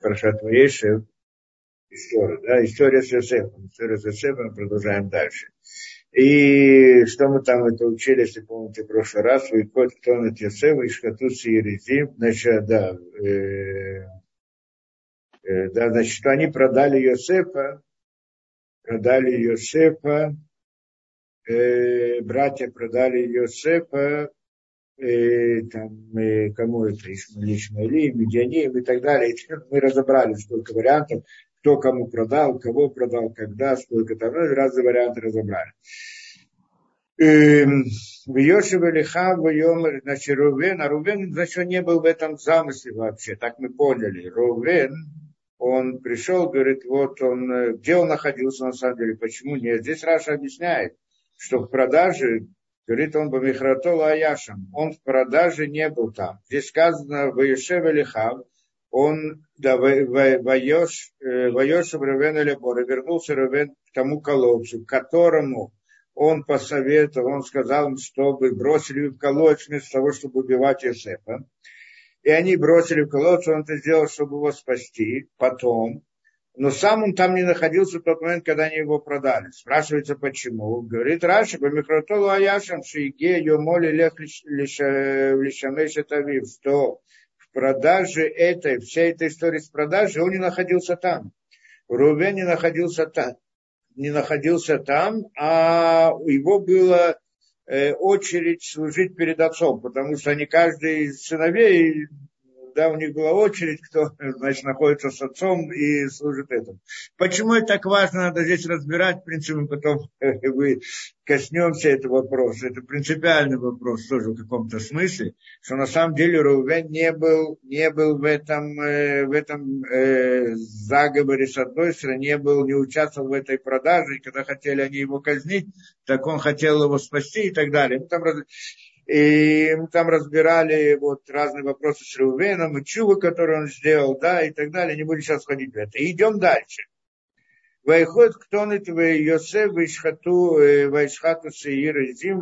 Парашат Ваешев, история, да, история с Йосефом. История с Йосефом, продолжаем дальше. И что мы там это учили, если помните, в прошлый раз, Вайкот Ктонет Йосеф, Ишхату Сиеризим, значит, да, значит, что они продали Йосефа, братья продали Йосефа, кому это, Ишмаили, Медианим и так далее. И теперь мы разобрали столько вариантов, кто кому продал, кого продал, когда, сколько там, разные варианты разобрали. В Йошев Элиха, в Йомер, значит, Рувен, значит, он не был в этом замысле вообще, так мы поняли. Рувен, он пришел, говорит, вот он, где он находился на самом деле, почему нет. Здесь Раша объясняет, что в продаже, говорит он, Бамихратола Аяшам, он в продаже не был там. Здесь сказано, в Йошев Элиха, он, да, Вайош Рувен Элебор, вернулся Рувен к тому колодцу, к которому он посоветовал, он сказал им, чтобы бросили в колодец вместо того, чтобы убивать Йосефа. И они бросили в колодец, он это сделал, чтобы его спасти потом. Но сам он там не находился в тот момент, когда они его продали. Спрашивается, почему. Говорит Раши, Бамихратолу Аяшам, Шиге, Йомоли, Лех, Лишамеш, Тавив, что в продаже этой, всей этой истории с продажей, он не находился там. Рувен не находился там, а у его была очередь служить перед отцом, потому что они, каждый из сыновей, да, у них была очередь, кто, значит, находится с отцом и служит этому. Почему это так важно, надо здесь разбирать, в принципе, мы потом коснемся этого вопроса. Это принципиальный вопрос тоже в каком-то смысле, что на самом деле Рувен не был в этом заговоре с одной стороны, не участвовал в этой продаже, и когда хотели они его казнить, так он хотел его спасти и так далее. Мы там разбирали вот разные вопросы с Рувеном, и чувы, которые он сделал, да, и так далее. Не буду сейчас ходить в это. Идем дальше. Вайхот ктонет Йосеф вайшхату сеир зим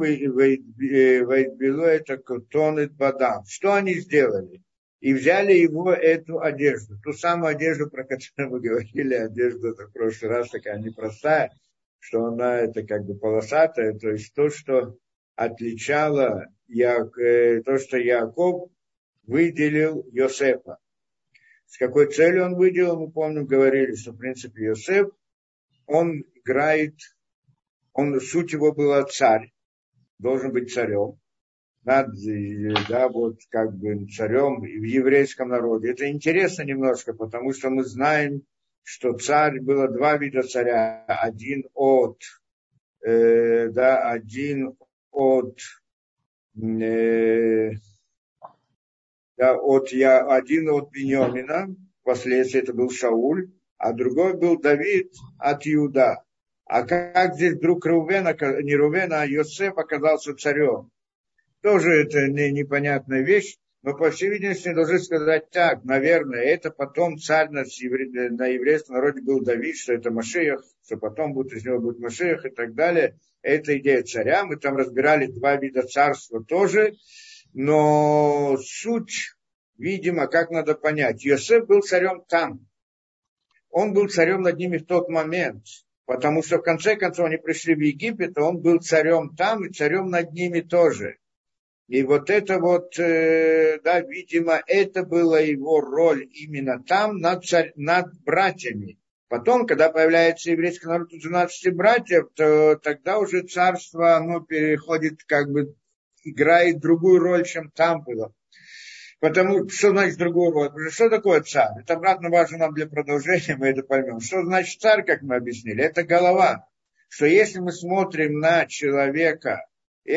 вайбило это ктонет бадам. Что они сделали? И взяли его эту одежду, ту самую одежду, про которую мы говорили, одежда в прошлый раз такая непростая, что она это как бы полосатая, то есть то, что отличало то, что Яаков выделил Йосефа. С какой целью он выделил, мы помним, говорили, что в принципе Йосеф, он играет, суть его была царь, должен быть царем, да, вот как бы царем в еврейском народе. Это интересно немножко, потому что мы знаем, что царь, было два вида царя, один от Биньямина, впоследствии это был Шауль, а другой был Давид от Иуда. А как здесь вдруг не Рувен, а Йосеф оказался царем? Тоже это непонятная вещь, но по всей видимости должны сказать так, наверное, это потом царь на еврейском народе был Давид, что это Машиах, что потом из него будет Машиах и так далее. Это идея царя, мы там разбирали два вида царства тоже, но суть, видимо, как надо понять, Йосеф был царем там, он был царем над ними в тот момент, потому что в конце концов они пришли в Египет, а он был царем там и царем над ними тоже. И вот это вот, да, видимо, это была его роль именно там над братьями. Потом, когда появляется еврейский народ 12 братьев, то тогда уже царство, оно переходит, как бы, играет другую роль, чем там было. Потому что значит другую роль? Потому что такое царь? Это обратно важно нам для продолжения, мы это поймем. Что значит царь, как мы объяснили? Это голова. Что если мы смотрим на человека, в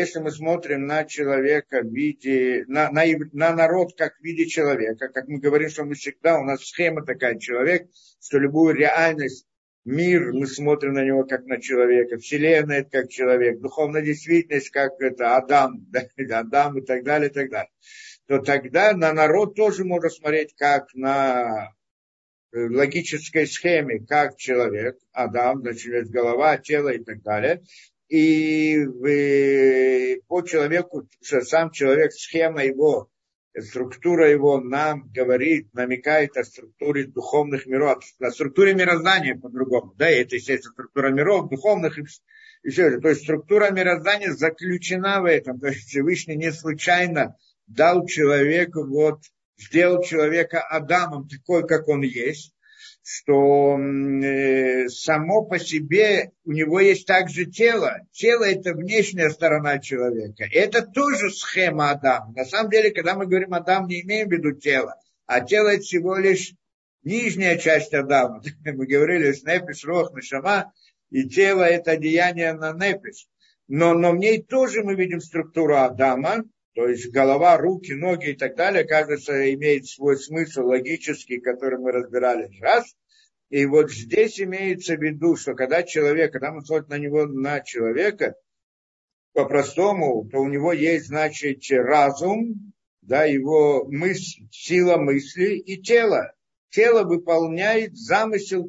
виде, на народ как в виде человека, как мы говорим, что мы всегда, у нас схема такая, человек, что любую реальность, мир, мы смотрим на него как на человека, вселенная это как человек, духовная действительность как это Адам, да, Адам и так далее, то тогда на народ тоже можно смотреть как на логической схеме, как человек, Адам, значит, голова, тело и так далее. И по человеку, сам человек, схема его структура его нам говорит, намекает о структуре духовных миров, о структуре мироздания по-другому. Да, это, естественно, структура миров, духовных и все это. То есть структура мироздания заключена в этом. То есть Всевышний не случайно дал человеку, сделал человека Адамом такой, как он есть, что само по себе у него есть также тело. Тело – это внешняя сторона человека. И это тоже схема Адама. На самом деле, когда мы говорим Адам, не имеем в виду тело, а тело – это всего лишь нижняя часть Адама. Мы говорили, нефеш, рох, нешама, и тело – это одеяние на нефеш. Но в ней тоже мы видим структуру Адама, то есть голова, руки, ноги и так далее, кажется, имеет свой смысл логический, который мы разбирали не раз. И вот здесь имеется в виду, что когда мы смотрим на него, на человека, по-простому, то у него есть, значит, разум, да, его сила мысли и тело. Тело выполняет замысел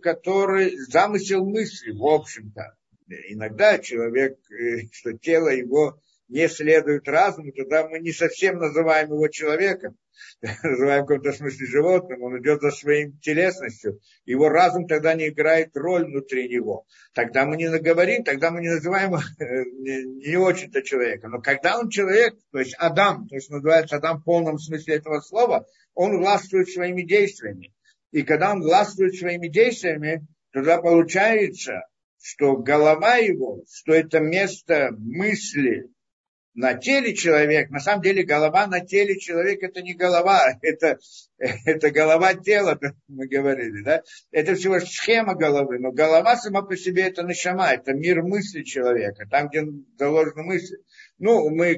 мысли, в общем-то. Иногда человек, что тело его не следует разуму, тогда мы не совсем называем его человеком, называем в каком-то смысле животным, он идет за своей телесностью, его разум тогда не играет роль внутри него. Тогда мы не наговорим, тогда мы не называем не очень-то человека. Но когда он человек, то есть Адам, то есть называется Адам в полном смысле этого слова, он властвует своими действиями. И когда он властвует своими действиями, тогда получается, что голова его, что это место мысли на теле человека, на самом деле голова на теле человека это не голова, это голова тела, как мы говорили, да? Это всего лишь схема головы, но голова сама по себе это нешама, это мир мысли человека, там, где заложены мысли. Мы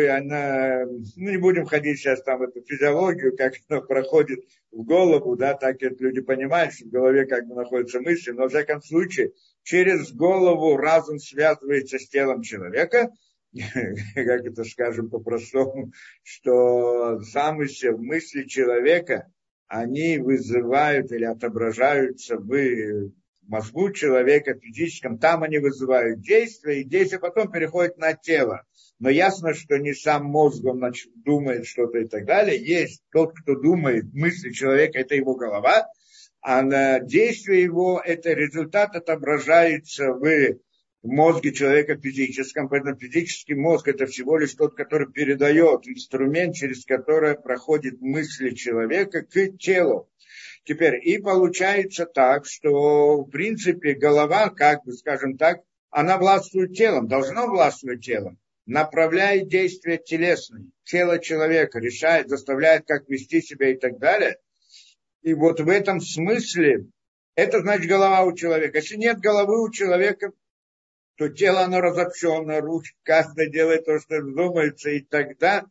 не будем ходить сейчас там в эту физиологию, как она проходит в голову, да, так это люди понимают, что в голове находятся мысли, но в всяком случае через голову разум связывается с телом человека, как это скажем по-простому, что замысел мысли человека, они вызывают или отображаются в мозгу человека физическом, там они вызывают действия, и действия потом переходят на тело. Но ясно, что не сам мозг, он думает что-то и так далее. Есть тот, кто думает, мысли человека, это его голова, а на действие его, это результат отображается в мозге человека физическом, поэтому физический мозг это всего лишь тот, который передает инструмент, через который проходят мысли человека к телу. Теперь, и получается так, что в принципе голова, скажем так, она властвует телом, должна властвовать телом, направляет действия телесные, тело человека, решает, заставляет, как вести себя и так далее. И вот в этом смысле, это значит голова у человека. Если нет головы у человека, то тело, оно разобщенное, руки, каждый делает то, что думается, и тогда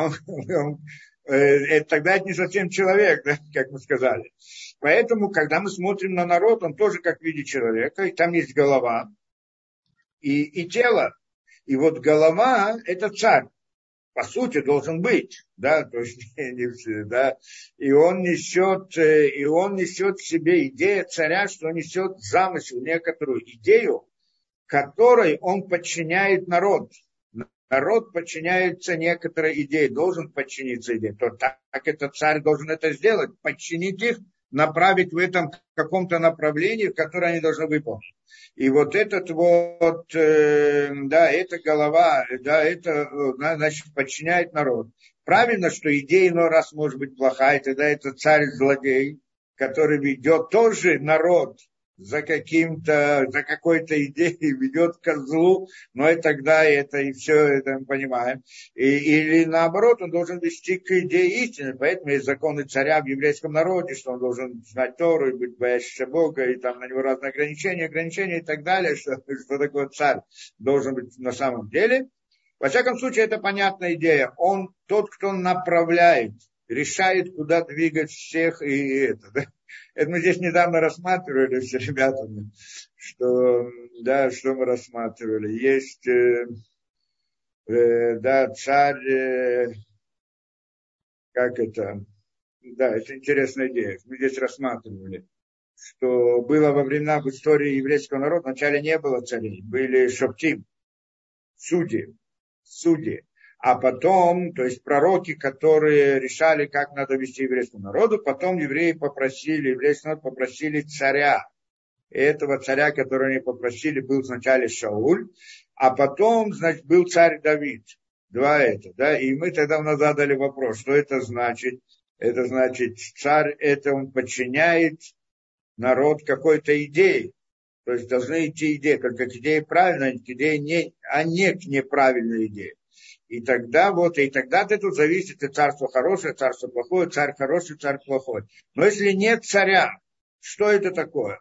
тогда это не совсем человек, да, как мы сказали. Поэтому, когда мы смотрим на народ, он тоже как в виде человека, и там есть голова и тело. И вот голова – это царь. По сути, должен быть, да, то есть, да, и он несет в себе идею царя, что он несет замысел, некоторую идею, которой он подчиняет народ. Народ подчиняется некоторой идее, должен подчиниться идее. То так этот царь должен это сделать, подчинить их, направить в этом каком-то направлении, в которое они должны выполнить. И вот этот эта голова, да, это, значит, подчиняет народ. Правильно, что идея иной раз может быть плохая, тогда это царь-злодей, который ведет тоже народ за какой-то идеей, ведет к злу, но и тогда это и все это мы понимаем. Или наоборот, он должен вести к идее истины, поэтому есть законы царя в еврейском народе, что он должен знать Тору и быть боящимся Бога, и там на него разные ограничения и так далее, что такое царь должен быть на самом деле. Во всяком случае, это понятная идея. Он тот, кто направляет, решает, куда двигать всех, и это, да. Это мы здесь недавно рассматривали все ребятами, что мы рассматривали. Есть, царь, это интересная идея. Мы здесь рассматривали, что было во времена в истории еврейского народа, вначале не было царей, были шоптим, судьи. А потом, то есть пророки, которые решали, как надо вести еврейскому народу, потом еврейский народ попросили царя. И этого царя, которого они попросили, был сначала Шауль, а потом, значит, был царь Давид. Два это, да, и мы тогда задали вопрос, что это значит? Это значит, царь, это он подчиняет народ какой-то идее. То есть должны идти идеи, только к идее правильной, к идее не, а не к неправильной идее. И тогда это тут зависит, и царство хорошее, царство плохое, царь хороший, царь плохой. Но если нет царя, что это такое?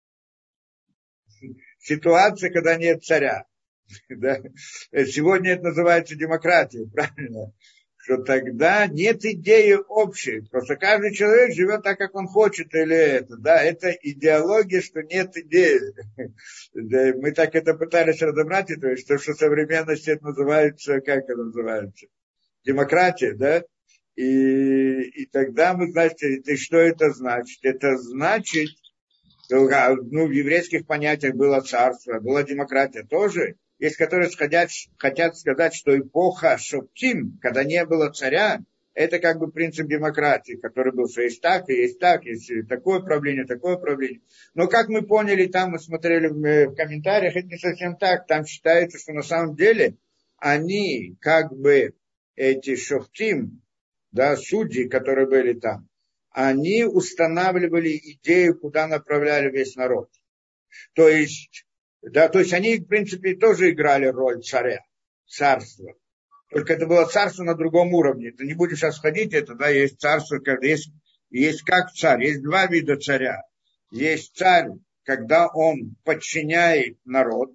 Ситуация, когда нет царя. Да? Сегодня это называется демократией, правильно? Что тогда нет идеи общей. Просто каждый человек живет так, как он хочет, или это. Да, это идеология, что нет идеи. Да, мы так это пытались разобрать, то есть, что в современности это называется, как это называется? Демократия, да? И тогда мы, знаете, что это значит? Это значит, в еврейских понятиях было царство, была демократия тоже. Есть, которые хотят сказать, что эпоха Шоптим, когда не было царя, это как бы принцип демократии, который был, что есть так, и есть так, есть такое правление, такое правление. Но как мы поняли, там мы смотрели в комментариях, это не совсем так. Там считается, что на самом деле они как бы, эти Шоптим, да, судьи, которые были там, они устанавливали идею, куда направляли весь народ. То есть они, в принципе, тоже играли роль царя, царства. Только это было царство на другом уровне. Это не будем сейчас ходить, есть царство, когда есть как царь, есть два вида царя. Есть царь, когда он подчиняет народ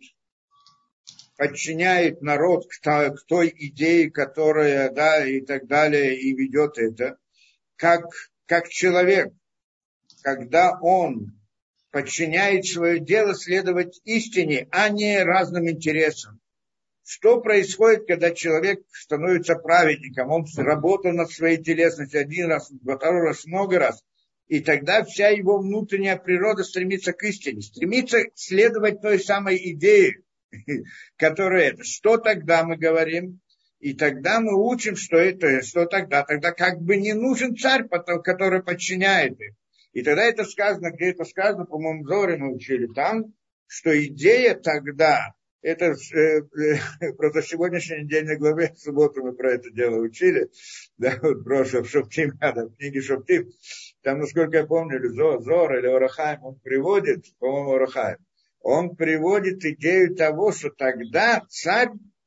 к той идее, которая, да, и так далее, и ведет это, как человек, когда он подчиняет свое дело следовать истине, а не разным интересам. Что происходит, когда человек становится праведником? Он работал над своей телесностью один раз, второй раз, много раз. И тогда вся его внутренняя природа стремится к истине, стремится следовать той самой идее, которая это. Что тогда мы говорим? И тогда мы учим, что тогда как бы не нужен царь, который подчиняет их. И тогда это сказано, где это сказано, по-моему, в Зоре мы учили там, что идея тогда, это просто в сегодняшней недельной главе, в субботу мы про это дело учили, да, вот просто в Шоптим, в книге Шоптим, там, насколько я помню, Зор или Орахаим, он приводит, по-моему, Орахаим, он приводит идею того, что тогда царь,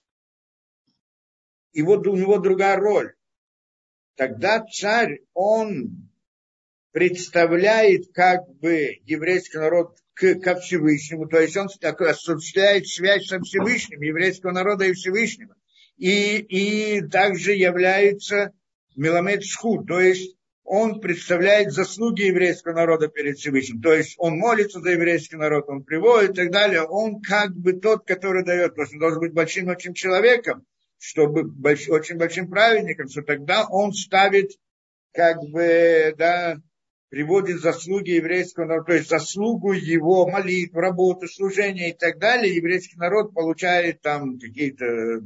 у него другая роль. Тогда царь, он представляет как бы еврейский народ ко Всевышнему, то есть он осуществляет связь со Всевышним, еврейского народа и Всевышнего. И также является меламед шхут, то есть он представляет заслуги еврейского народа перед Всевышним. То есть он молится за еврейский народ, он приводит и так далее. Он как бы тот, который дает, потому что он должен быть большим очень человеком, чтобы очень большим праведником, что тогда он ставит как бы, да, приводит заслуги еврейского народа, то есть заслугу его молитв, работы, служения и так далее, еврейский народ получает там какие-то,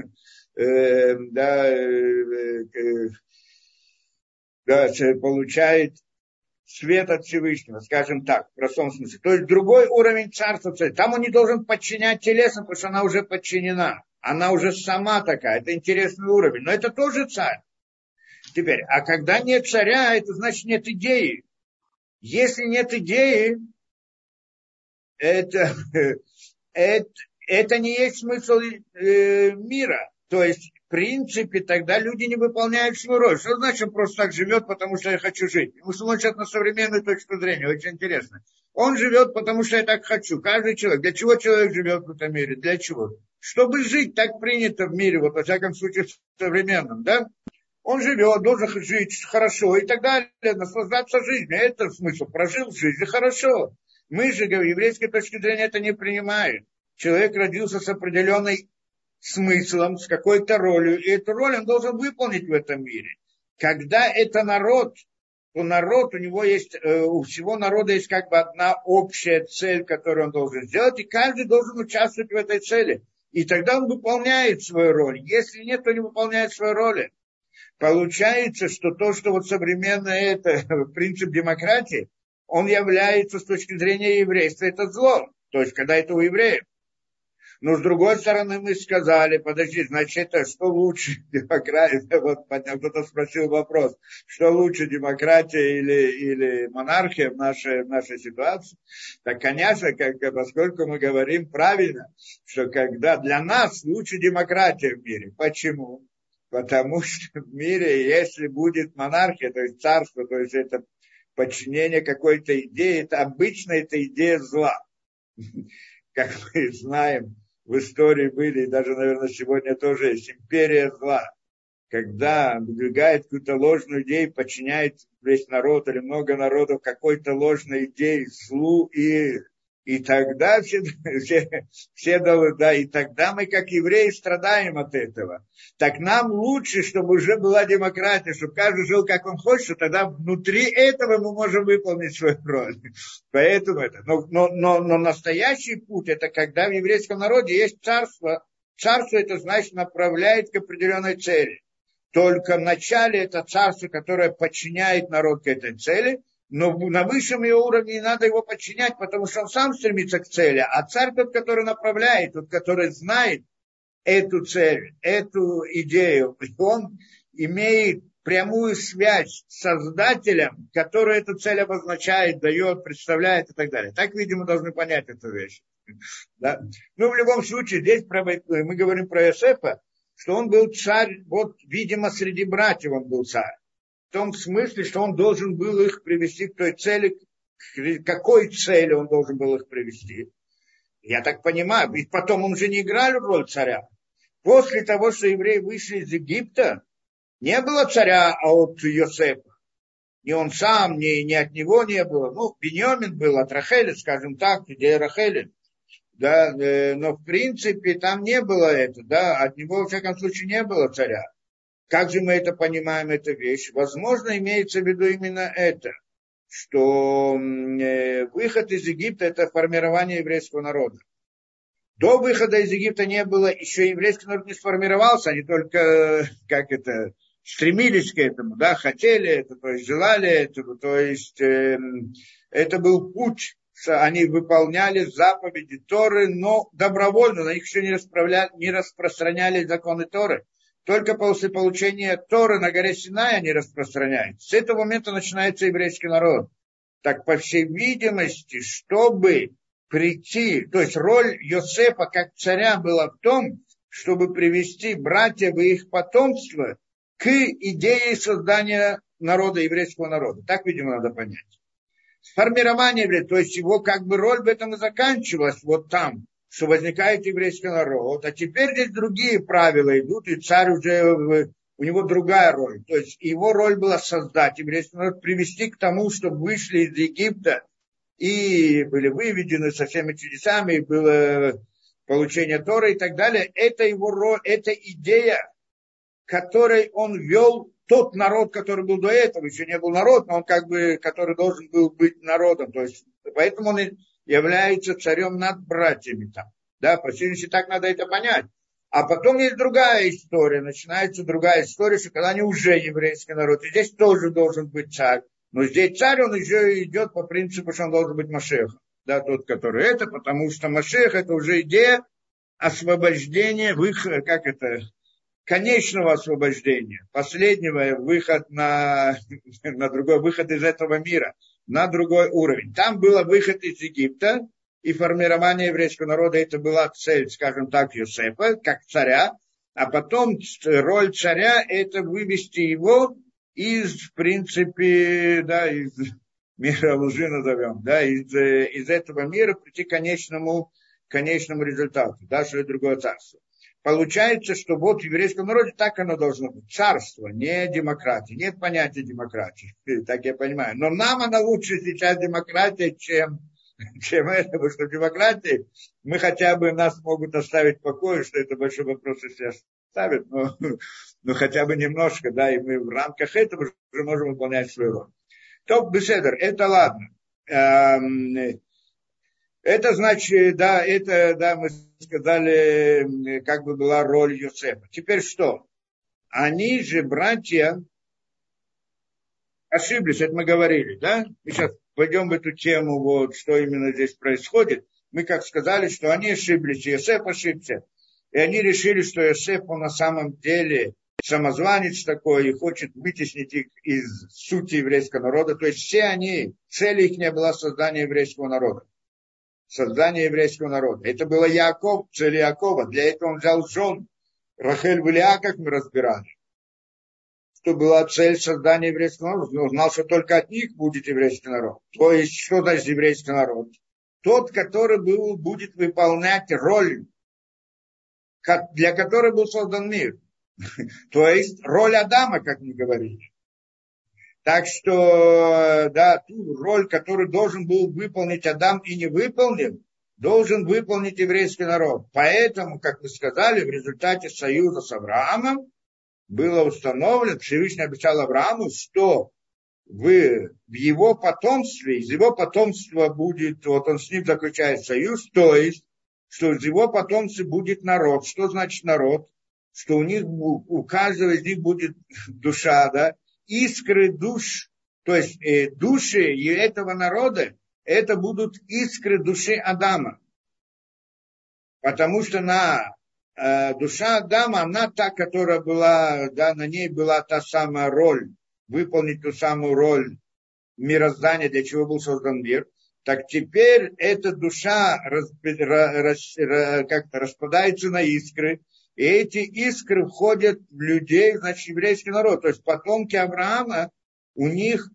получает свет от Всевышнего, скажем так, в простом смысле. То есть другой уровень царства, там он не должен подчинять телесно, потому что она уже подчинена, она уже сама такая, это интересный уровень, но это тоже царь. Теперь, а когда нет царя, это значит нет идеи. Если нет идеи, это не есть смысл мира. То есть, в принципе, тогда люди не выполняют свою роль. Что значит, он просто так живет, потому что я хочу жить? Ему смотрят на современную точку зрения, очень интересно. Он живет, потому что я так хочу. Каждый человек. Для чего человек живет в этом мире? Для чего? Чтобы жить, так принято в мире, вот во всяком случае, в современном, да? Он живет, должен жить хорошо и так далее, наслаждаться жизнью. Это смысл. Прожил жизнь хорошо. Мы же, еврейской точки зрения, это не принимаем. Человек родился с определенным смыслом, с какой-то ролью, и эту роль он должен выполнить в этом мире. Когда это народ, то народ, у всего народа есть как бы одна общая цель, которую он должен сделать, и каждый должен участвовать в этой цели. И тогда он выполняет свою роль. Если нет, то не выполняет свою роль. Получается, что то, что вот современное это принцип демократии, он является с точки зрения еврейства, это зло. То есть, когда это у евреев. Но с другой стороны мы сказали, подожди, значит, это что лучше демократия? Вот кто-то спросил вопрос, что лучше демократия или монархия в нашей ситуации? Так, конечно, поскольку мы говорим правильно, что когда для нас лучше демократия в мире. Почему? Потому что в мире, если будет монархия, то есть царство, то есть это подчинение какой-то идее, это обычно это идея зла. Как мы знаем, в истории были, и даже, наверное, сегодня тоже есть империя зла. Когда выдвигает какую-то ложную идею, подчиняет весь народ или много народов какой-то ложной идее, злу, и тогда все да, и тогда мы, как евреи, страдаем от этого. Так нам лучше, чтобы уже была демократия, чтобы каждый жил, как он хочет, что тогда внутри этого мы можем выполнить свою роль. Поэтому это. Но настоящий путь, это когда в еврейском народе есть царство. Царство, это значит, направляет к определенной цели. Только вначале это царство, которое подчиняет народ к этой цели, но на высшем его уровне не надо его подчинять, потому что он сам стремится к цели. А царь тот, который направляет, тот, который знает эту цель, эту идею, он имеет прямую связь с Создателем, который эту цель обозначает, дает, представляет и так далее. Так, видимо, должны понять эту вещь. Да? Ну, в любом случае, здесь мы говорим про Иосифа, что он был царь, вот, видимо, среди братьев он был царь. В том смысле, что он должен был их привести к той цели, к какой цели он должен был их привести. Я так понимаю, ведь потом он же не играл роль царя. После того, что евреи вышли из Египта, не было царя от Йосефа. Ни он сам, ни от него не было. Ну, Биньямин был от Рахели, скажем так, идея Рахели. Да, но в принципе там не было это, да, от него, во всяком случае, не было царя. Как же мы это понимаем, эту вещь? Возможно, имеется в виду именно это, что выход из Египта – это формирование еврейского народа. До выхода из Египта не было, еще еврейский народ не сформировался, они только, стремились к этому, да, хотели это, то есть желали этого, то есть это был путь, они выполняли заповеди Торы, но добровольно, на них еще не распространяли законы Торы. Только после получения Торы на горе Синай они распространяются. С этого момента начинается еврейский народ. Так, по всей видимости, чтобы прийти, то есть роль Йосефа как царя была в том, чтобы привести братьев и их потомство к идее создания народа, еврейского народа. Так, видимо, надо понять. Формирование, то есть его как бы роль в этом и заканчивалась, вот там, что возникает еврейский народ, а теперь здесь другие правила идут, и царь уже, у него другая роль. То есть его роль была создать еврейский народ, привести к тому, чтобы вышли из Египта и были выведены со всеми чудесами, было получение Торы и так далее. Это его роль, это идея, которой он вел тот народ, который был до этого, еще не был народ, но он который должен был быть народом. То есть, поэтому он является царем над братьями там. Да, по всей видимости, так надо это понять. А потом есть другая история, начинается другая история, что когда они уже еврейский народ, и здесь тоже должен быть царь. Но здесь царь, он еще идет по принципу, что он должен быть Машехом. Да, тот, который это, потому что Машех это уже идея освобождения, конечного освобождения, последнего выход на другой выход из этого мира, на другой уровень. Там был выход из Египта и формирование еврейского народа, это была цель, скажем так, Йосефа, как царя, а потом роль царя это вывести его из, в принципе, да, из мира лжи назовем, да, из этого мира прийти к конечному результату, да, что это другое царство. Получается, что вот в еврейском народе так оно должно быть. Царство, не демократия. Нет понятия демократии, так я понимаю. Но нам она лучше сейчас демократия, чем это. Потому что в демократии мы хотя бы, нас могут оставить в покое, что это большой вопрос, если оставят, но хотя бы немножко, да, и мы в рамках этого уже можем выполнять свою роль. То, беседер, это ладно. Это значит, да, это, да, мы сказали, как бы была роль Йосефа. Теперь что? Они же, братья, ошиблись, это мы говорили, да? Мы сейчас пойдем в эту тему, вот, что именно здесь происходит. Мы как сказали, что они ошиблись, Йосеф ошибся. И они решили, что Йосеф, он на самом деле самозванец такой и хочет вытеснить их из сути еврейского народа. То есть все они, цель их не была создание еврейского народа. Создание еврейского народа. Это было Яаков, цель Яакова. Для этого он взял жен Рахель и Леа, как мы разбирали. Что была цель создания еврейского народа. Он знал, что только от них будет еврейский народ. То есть, что значит еврейский народ? Тот, который будет выполнять роль, для которой был создан мир. То есть, роль Адама, как мы говорили. Так что, да, ту роль, которую должен был выполнить Адам и не выполнил, должен выполнить еврейский народ. Поэтому, как вы сказали, в результате союза с Авраамом было установлено, Всевышний обещал Аврааму, что в его потомстве, из его потомства будет, вот он с ним заключает союз, то есть, что из его потомства будет народ. Что значит народ? Что у каждого из них будет душа, да, искры душ, то есть души этого народа, это будут искры души Адама. Потому что душа Адама, она та, которая была, да, на ней была та самая роль, выполнить ту самую роль мироздания, для чего был создан мир. Так теперь эта душа как-то распадается на искры, и эти искры входят в людей, значит, еврейский народ. То есть потомки Авраама, у них,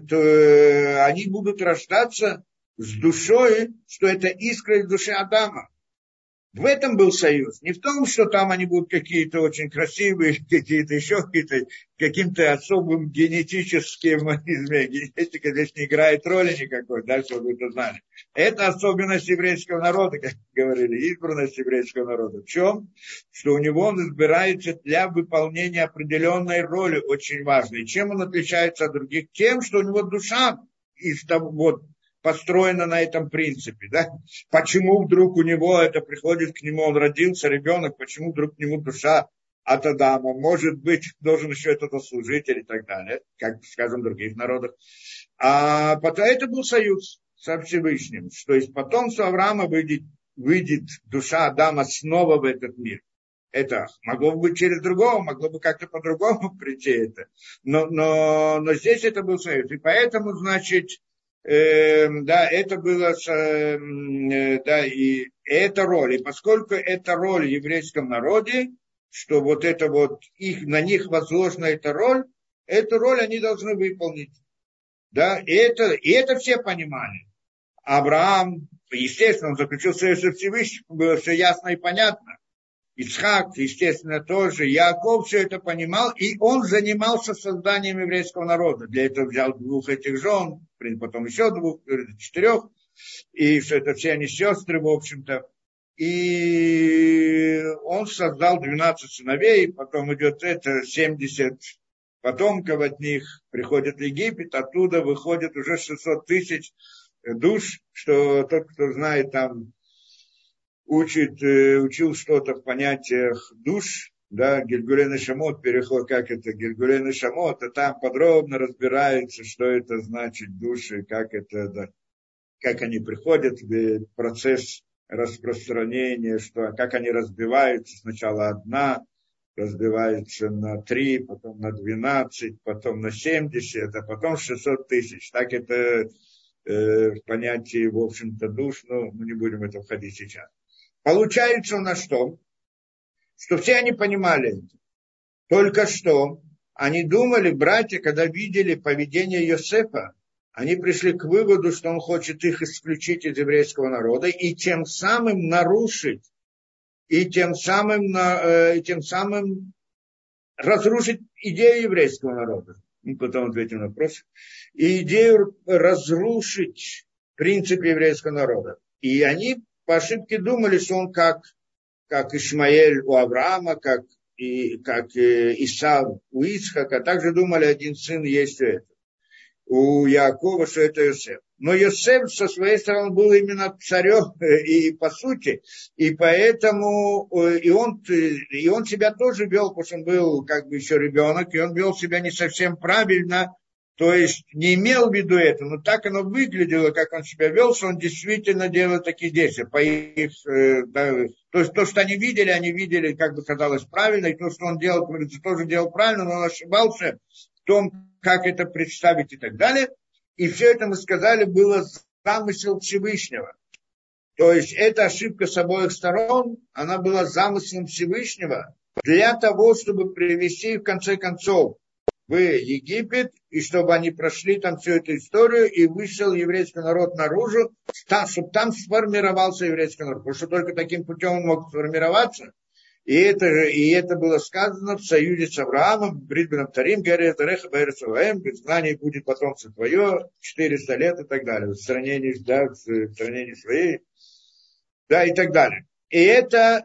они будут рождаться с душой, что это искра из души Адама. В этом был союз. Не в том, что там они будут какие-то очень красивые, какие-то еще каким-то особым генетическим изменением. Генетика здесь не играет роли никакой, да, чтобы вы это знали. Это особенность еврейского народа, как говорили, избранность еврейского народа. В чем? Что у него он избирается для выполнения определенной роли, очень важной. Чем он отличается от других? Тем, что у него душа из того, вот, построена на этом принципе, да? Почему вдруг у него это приходит к нему, он родился, ребенок, почему вдруг к нему душа от Адама, может быть, должен еще это служитель и так далее, как, скажем, в других народах. А потом это был союз со Всевышним, что из потомства Авраама выйдет душа Адама снова в этот мир. Это могло бы быть через другого, могло бы как-то по-другому прийти это. Но здесь это был союз. И поэтому, значит, да, это было, да, и эта роль. И поскольку это роль в еврейском народе, что вот это вот на них возложена эта роль они должны выполнить. Да, и это все понимали. Авраам, естественно, он заключил союз со Всевышним, было все ясно и понятно. Ицхак, естественно, тоже. Яаков все это понимал, и он занимался созданием еврейского народа. Для этого взял 2 этих жен, потом еще 2, 4, и что это все они сестры, в общем-то. И он создал 12 сыновей, потом идет 70 потомков от них, приходят в Египет, оттуда выходит уже 600 тысяч душ, что тот, кто знает там, учил что-то в понятиях душ, да, Гильгулей Шамот, переход, как это, Гильгулей Шамот, а там подробно разбирается, что это значит души, как это, да, как они приходят в процесс распространения, как они разбиваются, сначала одна, разбивается на 3, потом на 12, потом на 70, а потом 600 тысяч. Так это в понятии, в общем-то, душ, но мы не будем в это входить сейчас. Получается у нас что? Что все они понимали это. Только что они думали, братья, когда видели поведение Йосефа, они пришли к выводу, что он хочет их исключить из еврейского народа и тем самым нарушить, и тем самым разрушить идею еврейского народа. Мы потом ответим на вопрос. И идею разрушить принцип еврейского народа. И они по ошибке думали, что он как Ишмаэль у Авраама, как Исав у Ицхака, также думали, один сын есть у Яакова, что это Йосеф. но Йосеф со своей стороны был именно царем и по сути, и поэтому и он себя тоже вел, потому что он был как бы еще ребенок, и он вел себя не совсем правильно, то есть не имел в виду это, но так оно выглядело, как он себя вел, что он действительно делал такие действия. По их, да, то есть то, что они видели, как бы казалось правильно, и то, что он делал, тоже делал правильно, но он ошибался в том, как это представить и так далее. И все это, мы сказали, было замысел Всевышнего. То есть эта ошибка с обоих сторон, она была замыслом Всевышнего для того, чтобы привести в конце концов в Египет, и чтобы они прошли там всю эту историю, и вышел еврейский народ наружу, чтобы там сформировался еврейский народ. Потому что только таким путем он мог сформироваться. И это было сказано в союзе с Авраамом, Бритбеном Тарим, Герет Реха Баэрсоваем, в изгнании будет потомство твое, 400 лет и так далее, в стране своей, да, и так далее. И это,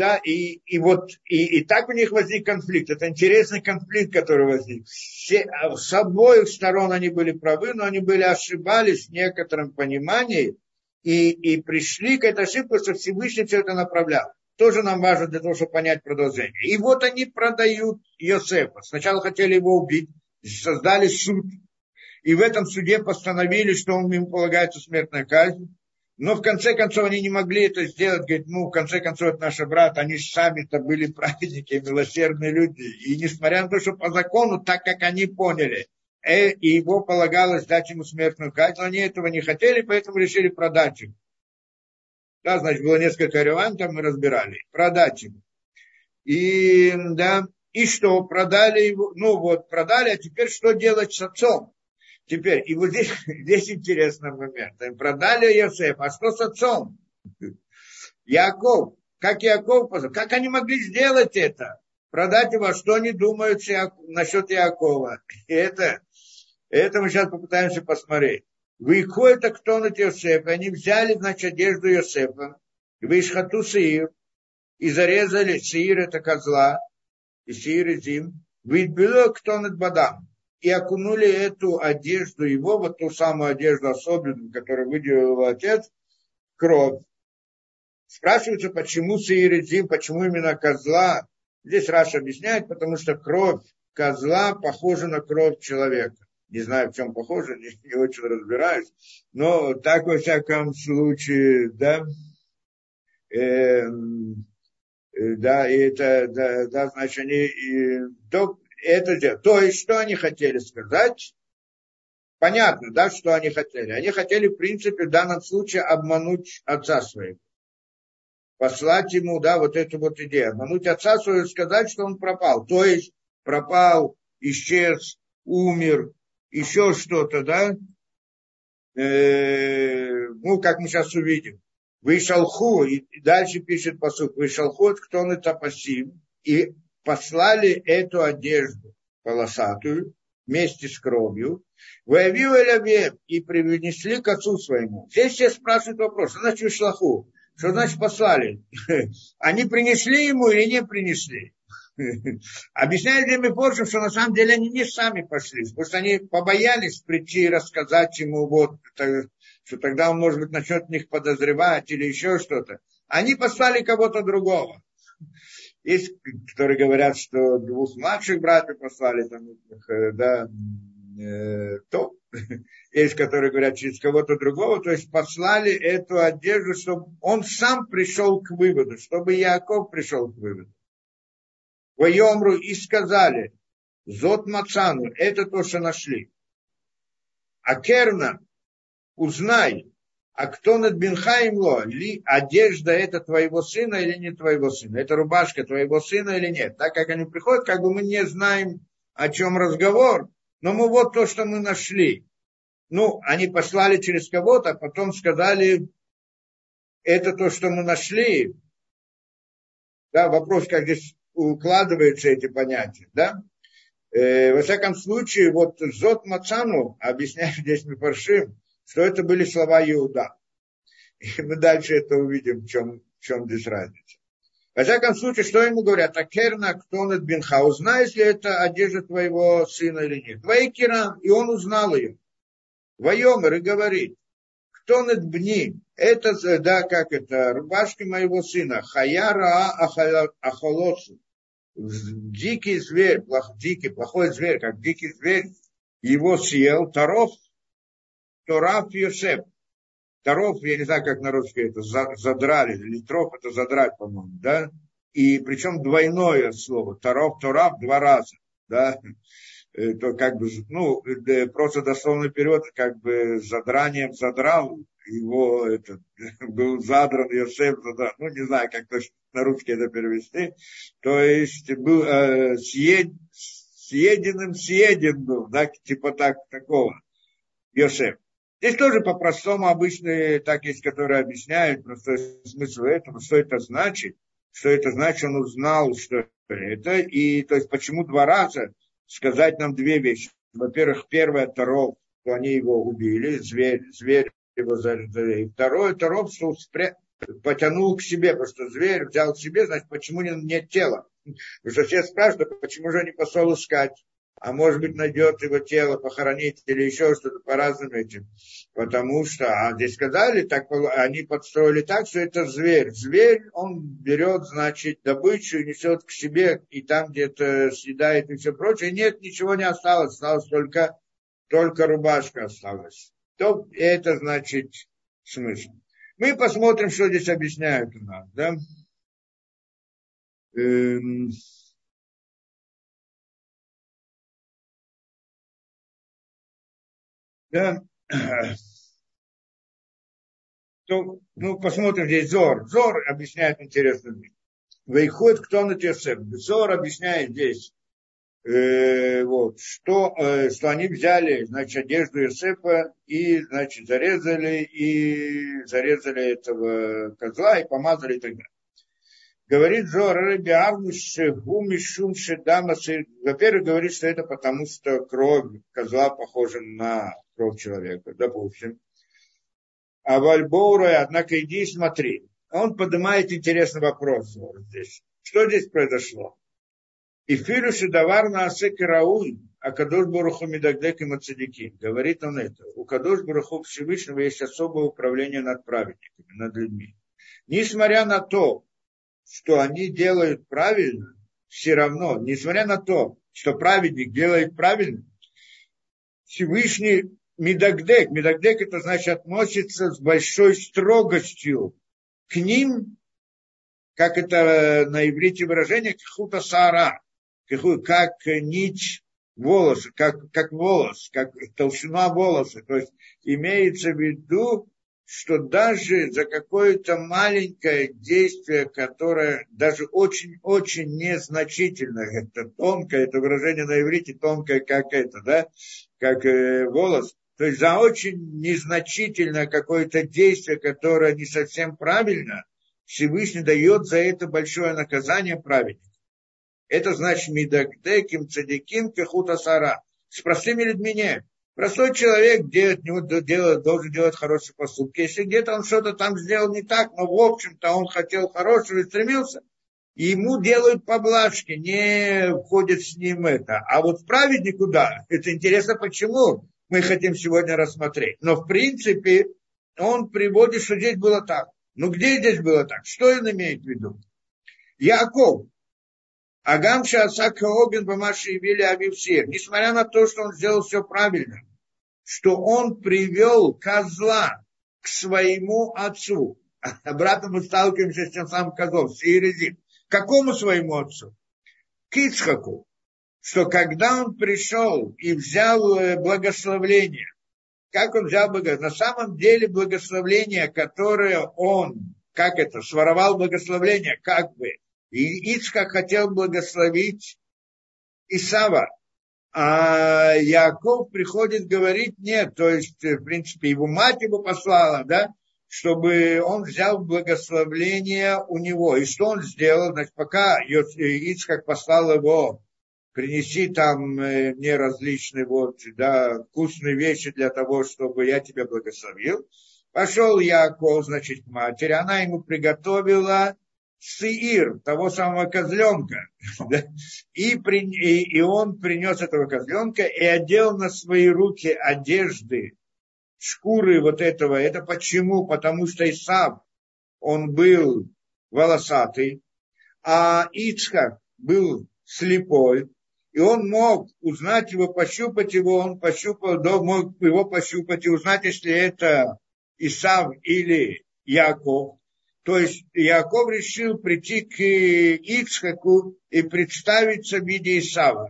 и так у них возник конфликт. Это интересный конфликт, который возник. С обоих сторон они были правы, но они ошибались в некотором понимании и пришли к этой ошибке, что Всевышний все это направлял. Тоже нам важно для того, чтобы понять продолжение. И вот они продают Йосефа. Сначала хотели его убить, создали суд. И в этом суде постановили, что им полагается смертная казнь. Но в конце концов они не могли это сделать. Говорят, в конце концов это наш брат. Они сами-то были праведники, милосердные люди. И несмотря на то, что по закону, так как они поняли, и его полагалось дать ему смертную казнь, они этого не хотели, поэтому решили продать его. Да, значит, было несколько вариантов, мы разбирали. Продать его. И что? Продали его. Продали, а теперь что делать с отцом? Теперь, и вот здесь интересный момент. Продали Йосефа, а что с отцом? Яаков. Как Яаков позвал? Как они могли сделать это? Продать его, а что они думают насчет Яакова? И это мы сейчас попытаемся посмотреть. Выйко это кто на Йосефа. Они взяли, значит, одежду Йосефа. Вышхату сеир. И зарезали сеир, это козла. И сеир и зим. Выйдбило кто над бадам. И окунули эту одежду его, вот ту самую одежду особенную, которую выделил его отец, кровь. Спрашивается, почему сеир и зим, почему именно козла. Здесь Раша объясняет, потому что кровь козла похожа на кровь человека. Не знаю, в чем похоже, не очень разбираюсь. Но так, во всяком случае, да. Да, и это, да, значит, они... это делают. То есть, что они хотели сказать? Понятно, да, что они хотели. Они хотели, в принципе, в данном случае обмануть отца своего. Послать ему, да, вот эту вот идею. Обмануть отца своего и сказать, что он пропал. То есть, пропал, исчез, умер, еще что-то, да? Как мы сейчас увидим. Вышалху, и дальше пишет посуд. Вышалху, кто он это пассив. И послали эту одежду полосатую вместе с кровью, и принесли к отцу своему. Здесь все спрашивают вопрос, что значит шлаху? Что значит послали? Они принесли ему или не принесли? Объясняет Демипоршим, что на самом деле они не сами пошли, потому что они побоялись прийти и рассказать ему, что тогда он, может быть, начнет в них подозревать или еще что-то. Они послали кого-то другого. Есть, которые говорят, что двух младших братьев послали, есть, которые говорят через кого-то другого, то есть послали эту одежду, чтобы он сам пришел к выводу, чтобы Яаков пришел к выводу. Вайомру и сказали, зот мацану, это то, что нашли. А Керна, узнай, а кто над Бенхаимло, ли одежда это твоего сына или не твоего сына? Это рубашка твоего сына или нет? Так как они приходят, как бы мы не знаем, о чем разговор, но мы вот то, что мы нашли. Они послали через кого-то, а потом сказали, это то, что мы нашли. Да, вопрос, как здесь укладываются эти понятия, да? Во всяком случае, вот Зот Мацану, объясняет здесь Мефаршим, что это были слова Иуда. И мы дальше это увидим, в чем здесь разница. Во всяком случае, что ему говорят? Акерна, кто над Бенха, узнаешь ли это одежда твоего сына или нет? Твои Кирам, и он узнал ее. Вайомер и говорит, ктонет бни, это, да, как это, рубашки моего сына, хаяра ахолосу, дикий зверь, дикий, плохой зверь, как дикий зверь, его съел, Торав Йосеф. Торов, я не знаю, как на русский это, задрали, или троп это задрать, по-моему, да? И причем двойное слово, Торов, два раза, да? То как бы, ну, просто дословный перевод, как бы задранием задрал, его этот, был задран, Йосеф задран, ну, не знаю, как точно на русский это перевести, то есть был съеден был, да, типа такого, Йосеф. Здесь тоже по-простому обычные так есть, которые объясняют простой смысл этого, что это значит, он узнал, что это, и то есть почему два раза сказать нам две вещи. Во-первых, первое, Торов, что они его убили, зверь его зарезали, и второе, Торов, что потянул к себе, потому что зверь взял к себе, значит, почему нет тела? Потому что все спрашивают, почему же не пошел искать? А может быть, найдет его тело, похоронить или еще что-то по разным этим. Потому что, а здесь сказали, так, они подстроили так, что это зверь. Зверь, он берет, значит, добычу и несет к себе, и там где-то съедает и все прочее. Нет, ничего не осталось только рубашка осталась. То это значит смысл. Мы посмотрим, что здесь объясняют у нас, да? Да. То, ну, посмотрим здесь Зор. Зор объясняет интересную вещь. Вейход кто на Йосеф. Зор объясняет здесь, что они взяли, значит, одежду Йосефа и, значит, зарезали этого козла и помазали и так далее. Говорит Зор, во-первых, говорит, что это потому, что кровь козла похожа на кровь человека, допустим. А Вальбоура, однако, иди и смотри. Он поднимает интересный вопрос вот здесь. Что здесь произошло? И филюши давар на асек рауй, а Кадош Баруху Мидагдек и Мацадики. Говорит он это. У Кадош Баруху Всевышнего есть особое управление над праведниками, над людьми. Несмотря на то, что они делают правильно, все равно, несмотря на то, что праведник делает правильно, Всевышний Мидагдек это значит относится с большой строгостью к ним, как это на иврите выражение, кхута саара, как нить волоса, как волос, как толщина волоса. То есть имеется в виду, что даже за какое-то маленькое действие, которое даже очень-очень незначительно, это тонкое, это выражение на иврите тонкое, как это, да, как волос, то есть за очень незначительное какое-то действие, которое не совсем правильно, Всевышний дает за это большое наказание праведнику. Это значит мидагдеким цадиким кехута сара. С простыми людьми нет. Простой человек должен делать хорошие поступки. Если где-то он что-то там сделал не так, но в общем-то он хотел хорошего и стремился, и ему делают поблажки, не входит с ним это. А вот праведнику, да, это интересно, почему мы хотим сегодня рассмотреть. Но в принципе он приводит, что здесь было так. Ну где здесь было так? Что он имеет в виду? Яков. Агамша Асака Обин Бамаши и Вили Авивсир. Несмотря на то, что он сделал все правильно, что он привел козла к своему отцу. Обратно мы сталкиваемся с тем самым козлом, с Иерезим. К какому своему отцу? К Ицхаку. Что когда он пришел и взял благословление, как он взял благословение? На самом деле благословение, которое он, своровал благословение, и Ицхак хотел благословить Исава, а Яков приходит, говорит нет, то есть, в принципе, его мать его послала, да, чтобы он взял благословление у него. И что он сделал? Значит, пока Ицхак послал его, принеси там мне различные вкусные вещи для того, чтобы я тебя благословил. Пошел Яков, значит, к матери, она ему приготовила сеир, того самого козленка, и он принес этого козленка и одел на свои руки одежды шкуры вот этого. Это почему? Потому что Исав, он был волосатый, а Ицхак был слепой, и он мог узнать его, пощупать его, он пощупал, да, мог его пощупать и узнать, если это Исав или Яков. То есть Яков решил прийти к Ицхаку и представиться в виде Исава.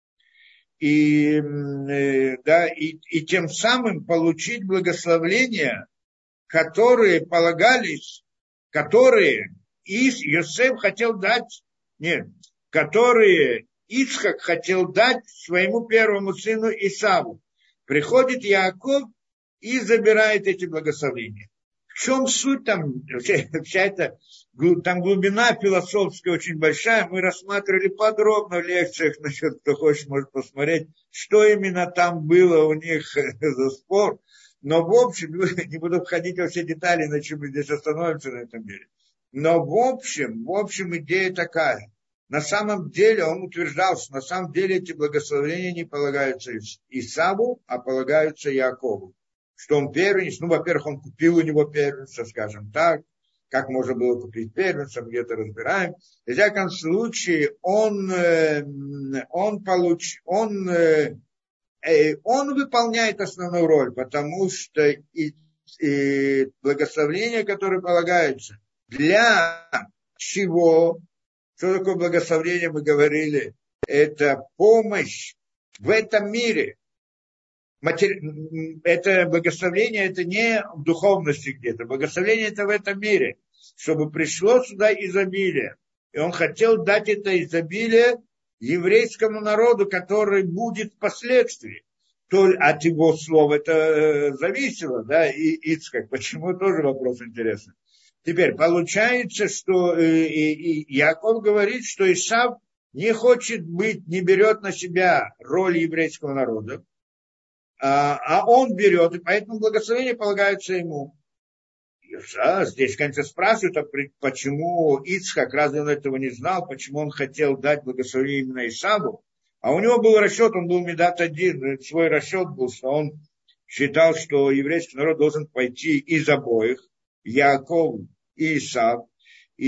И тем самым получить благословения, которые полагались, которые Йосеф хотел дать, нет, которые Ицхак хотел дать своему первому сыну Исаву. Приходит Яаков и забирает эти благословения. В чем суть там, вся эта, там глубина философская очень большая, мы рассматривали подробно в лекциях, насчет, кто хочет, может посмотреть, что именно там было у них за спор. Но в общем, не буду входить во все детали, иначе мы здесь остановимся на этом деле. Но в общем идея такая. На самом деле он утверждал, что на самом деле эти благословения не полагаются Исаву, а полагаются Яакову. Что он первенец, во-первых, он купил у него первенца, скажем так, как можно было купить первенца, где-то разбираем. В всяком случае, он выполняет основную роль, потому что и благословения, которые полагаются, для чего, что такое благословение, мы говорили, это помощь в этом мире. Это благословение, это не в духовности где-то, благословение это в этом мире, чтобы пришло сюда изобилие. И он хотел дать это изобилие еврейскому народу, который будет впоследствии. То от его слов это зависело, да, и Ицхак. Почему, тоже вопрос интересный. Теперь получается, что Яков говорит, что Исав не хочет быть, не берет на себя роль еврейского народа, а он берет, и поэтому благословения полагаются ему. Здесь, конечно, спрашивают, почему Ицхак, разве он этого не знал, почему он хотел дать благословение именно Исаву. А у него был расчет, он был Медат один, свой расчет был, что он считал, что еврейский народ должен пойти из обоих, Яаков и Исав, и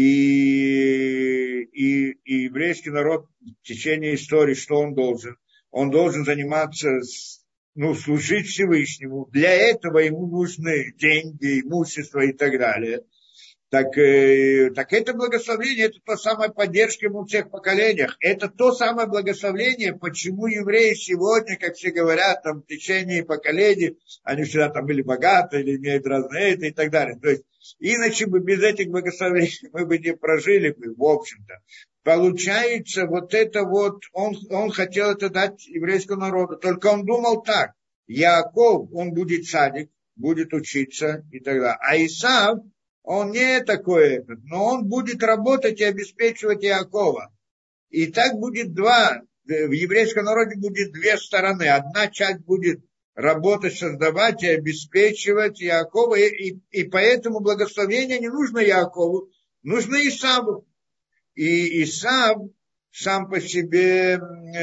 еврейский народ в течение истории, что он должен? Он должен заниматься служить Всевышнему. Для этого ему нужны деньги, имущество и так далее. Так это благословение, это то самое поддержка ему в всех поколениях. Это то самое благословение, почему евреи сегодня, как все говорят, там, в течение поколений, они всегда там были богаты или имеют разные это и так далее. То есть, иначе бы без этих благословений мы бы не прожили бы, в общем-то. Получается, вот это вот, он хотел это дать еврейскому народу, только он думал так. Яаков, он будет садик, будет учиться и так далее. А Исав, он не такой но он будет работать и обеспечивать Иакова. И так будет в еврейском народе будет две стороны. Одна часть будет работать, создавать и обеспечивать Иакова. И поэтому благословение не нужно Иакову, нужно Исаву. И Исав сам по себе,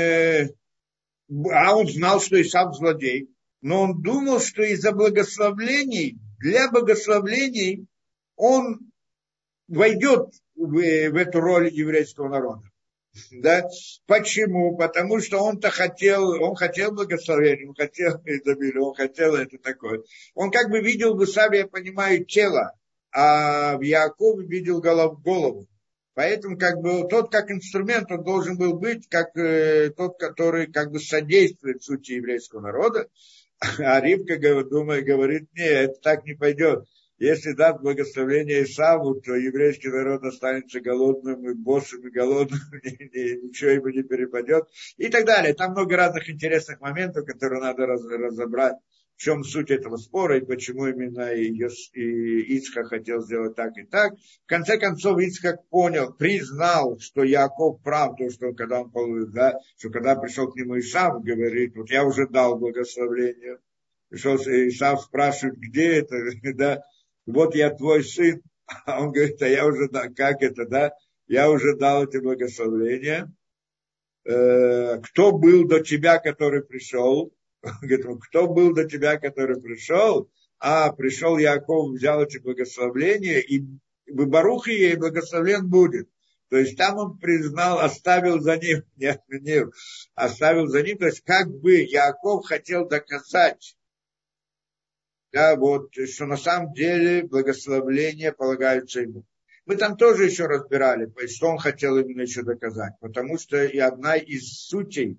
он знал, что Исав злодей, но он думал, что из-за благословлений, для благословлений, он войдет в эту роль еврейского народа. Да? Почему? Потому что он хотел благословения, он хотел изобилия, он хотел это такое. Он как бы видел в Исаве, я понимаю, тело, а в Яакове видел голову. Поэтому как бы тот как инструмент, он должен был быть как тот, который как бы содействует сути еврейского народа. А Ривка, говорит, нет, это так не пойдет. Если даст благословение Исаву, то еврейский народ останется голодным, и боссом, и голодным, и ничего ему не перепадет, и так далее. Там много разных интересных моментов, которые надо разобрать, в чем суть этого спора, и почему именно Ицхак хотел сделать так и так. В конце концов, Ицхак признал, что Яаков прав, то, что когда он что когда пришел к нему Исав, говорит, вот я уже дал благословение. Пришел Исав, спрашивает, где это, да, вот я твой сын, а он говорит, а я уже дал, как это, да, я уже дал эти благословения. Кто был до тебя, который пришел? Он говорит, ну, кто был до тебя, который пришел? Пришел Яаков, взял эти благословления, и Барух ей благословлен будет. То есть там он признал, оставил за ним, не отменил, оставил за ним, то есть как бы Яаков хотел доказать, да, вот, что на самом деле благословления полагаются ему. Мы там тоже еще разбирали, что он хотел именно еще доказать, потому что и одна из сутей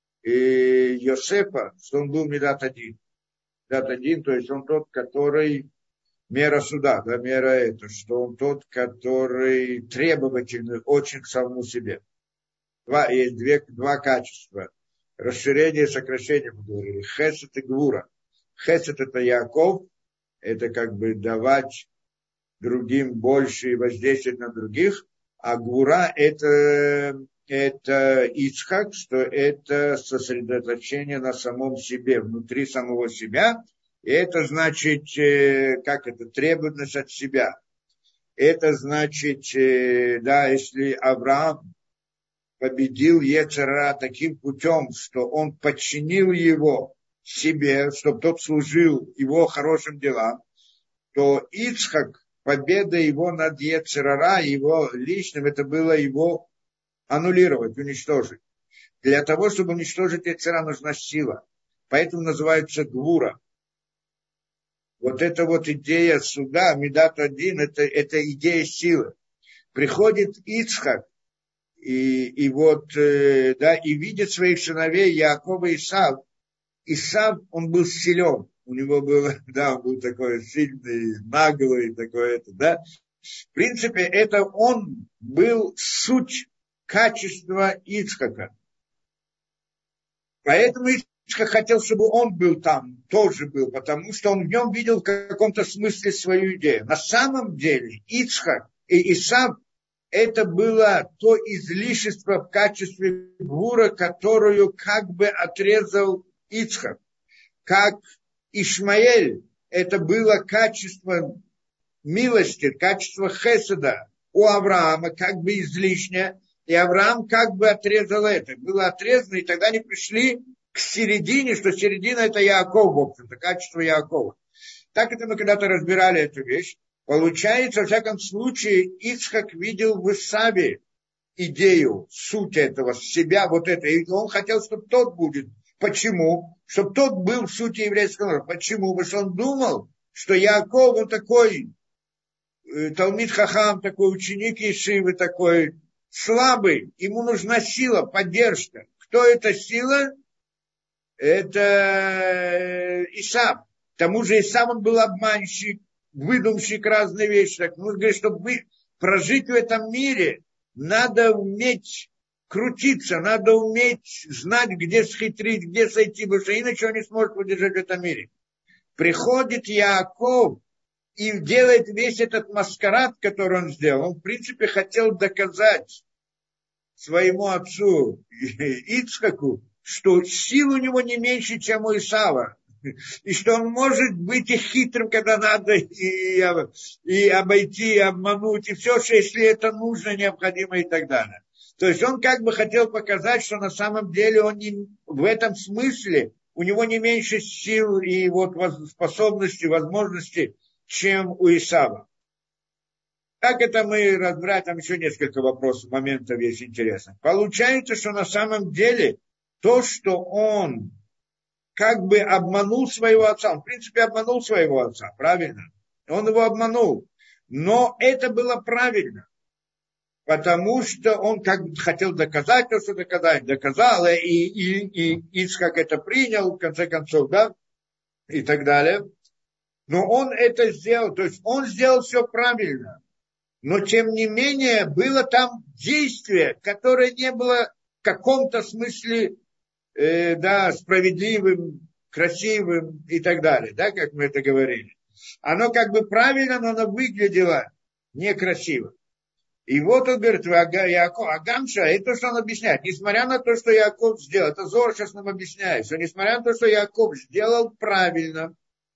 Йосефа, что он был Медат один. Медат один, то есть он тот, который мера суда, да, мера это, что он тот, который требовательный очень к самому себе. Есть два качества. Расширение и сокращение, мы говорили. Хесед и Гвура. Хесед это Яаков, это как бы давать другим больше и воздействовать на других, а Гвура это Ицхак, что это сосредоточение на самом себе, внутри самого себя. И это значит, требовательность от себя. Это значит, да, если Авраам победил Йецер ара таким путем, что он подчинил его себе, чтобы тот служил его хорошим делам, то Ицхак, победа его над Йецер ара, его личным, это было его аннулировать, уничтожить. Для того, чтобы уничтожить Йецер ара, нужна сила. Поэтому называется Гвура. Вот эта вот идея суда, Медат один, это идея силы. Приходит Ицхак, и видит своих сыновей Яакова и Исав. Исав, он был силен. У него был, да, он был такой сильный, наглый, такой, да. В принципе, это он был суть качества Ицхака. Поэтому Ицхак хотел, чтобы он был там, тоже был, потому что он в нем видел в каком-то смысле свою идею. На самом деле Ицхак и Исав это было то излишество в качестве гвура, которую как бы отрезал Ицхак. Как Ишмаэль, это было качество милости, качество хеседа у Авраама, как бы излишнее, и Авраам как бы отрезал это. Было отрезано, и тогда они пришли к середине, что середина это Яаков, в общем-то, качество Яакова. Так это мы когда-то разбирали эту вещь. Получается, во всяком случае, Ицхак видел в Исаве идею, суть этого, себя, вот это. И он хотел, чтобы тот будет. Почему? Чтобы тот был в сути еврейского народа. Почему? Потому что он думал, что Яаков, он такой Талмид Хахам, такой ученик Ешивы, такой слабый. Ему нужна сила, поддержка. Кто эта сила? Это Исав. К тому же Исав, он был обманщик, выдумщик, разные вещи. Так, ну, говорит, чтобы прожить в этом мире, надо уметь крутиться, надо уметь знать, где схитрить, где сойти, потому что иначе он не сможет удержать в этом мире. Приходит Яаков и делает весь этот маскарад, который он сделал. Он, в принципе, хотел доказать своему отцу Ицхаку, что сил у него не меньше, чем у Исава. И что он может быть и хитрым, когда надо, и обойти, и обмануть, и все, что если это нужно, необходимо и так далее. То есть он как бы хотел показать, что на самом деле он не, в этом смысле у него не меньше сил и вот способностей, возможностей, чем у Исава. Как это мы разбираем, там еще несколько вопросов, моментов есть интересных. Получается, что на самом деле то, что он как бы обманул своего отца. Он, в принципе, обманул своего отца, правильно? Он его обманул. Но это было правильно. Потому что он как бы хотел доказать то, что доказал, и Ицхак это принял, в конце концов, да, и так далее. Но он это сделал, то есть он сделал все правильно. Но, тем не менее, было там действие, которое не было в каком-то смысле справедливым, красивым и так далее, да, как мы это говорили. Оно как бы правильно, но оно выглядело некрасиво. И вот он говорит, Яаков, Агамша, это то, что он объясняет. Несмотря на то, что Яаков сделал, это Зор сейчас нам объясняет, что несмотря на то, что Яаков сделал правильно,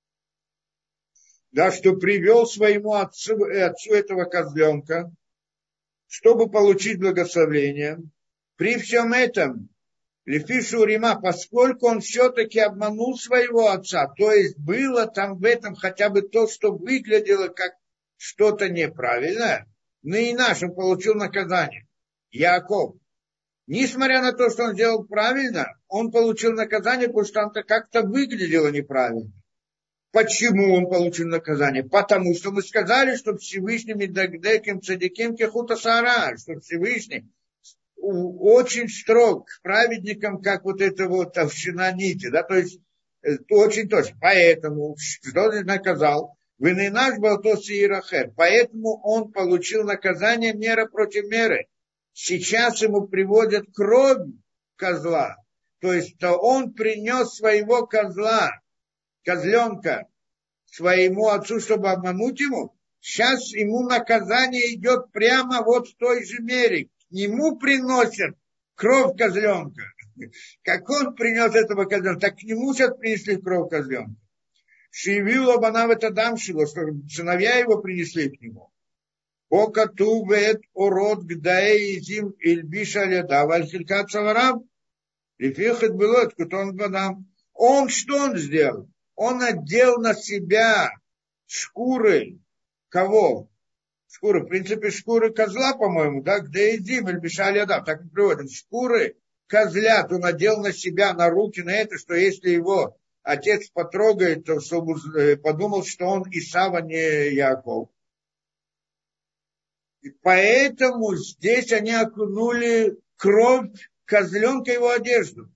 да, что привел своему отцу этого козленка, чтобы получить благословение, при всем этом Лефишу Рима, поскольку он все-таки обманул своего отца, то есть было там в этом хотя бы то, что выглядело как что-то неправильное, но и наш он получил наказание. Яков. Несмотря на то, что он сделал правильно, он получил наказание, потому что он как-то выглядело неправильно. Почему он получил наказание? Потому что мы сказали, что Всевышний Медагдеким Цадиким Кехута Сара, что Всевышний очень строг к праведникам, как вот эта вот толщина нити, да, то есть очень точно. Поэтому, что он наказал? Вы не наш Балтос и Ирахер. Поэтому он получил наказание мера против меры. Сейчас ему приводят кровь козла. То есть то он принес своего козла, козленка, своему отцу, чтобы обмануть ему. Сейчас ему наказание идет прямо вот в той же мере. К нему приносят кровь козленка. Как он принес этого козленка, так к нему сейчас принесли кровь козленка. Шивило банав это дамшило, что сыновья его принесли к нему. Ока тувет ород гдаэ изим ильбиша леда вальхилька цаварам. Лифихет было, кто он банам. Он что он сделал? Он одел на себя шкуры кого? Шкуры, в принципе, шкуры козла, по-моему, да, где едим, или бешалядам, так и приводят. Шкуры козлят он надел на себя, на руки, на это, что если его отец потрогает, то чтобы подумал, что он Исав, а не Яков. И поэтому здесь они окунули кровь козленка его одежду.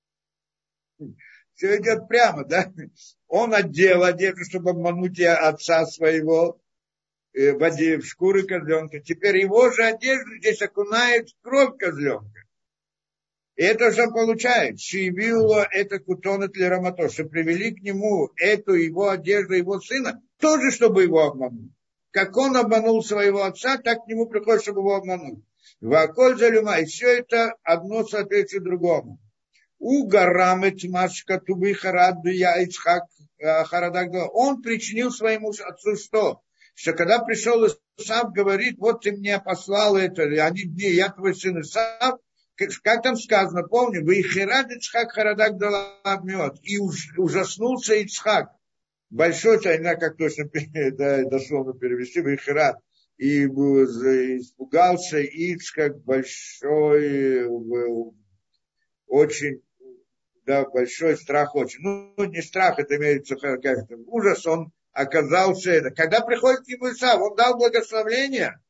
Все идет прямо, да? Он одел одежду, чтобы обмануть отца своего, в шкуры козленка. Теперь его же одежду здесь окунает в кровь козленка. И это же он получает. Шиевило это кутонет ли рамато, что привели к нему эту его одежду, его сына, тоже чтобы его обмануть. Как он обманул своего отца, так к нему приходит, чтобы его обмануть. Ваколь залюма. И все это одно соответствует другому. У Гарамет Машка Тубы Хараду Я Ицхак Харадагда. Он причинил своему отцу что? Что когда пришел Исав, говорит, вот ты мне послал это, они мне, я твой сын Исав, как там сказано, помню, вы Хирад Ицхак Харадагда Ладмет. И ужаснулся Ицхак. Большой, я не знаю, как точно дословно перевести, вы Хирад. И испугался Ицхак большой, очень, да, большой страх очень. Ну, не страх, это имеется как-то ужас, он оказался это. Когда приходит к нему Исав, он дал благословение,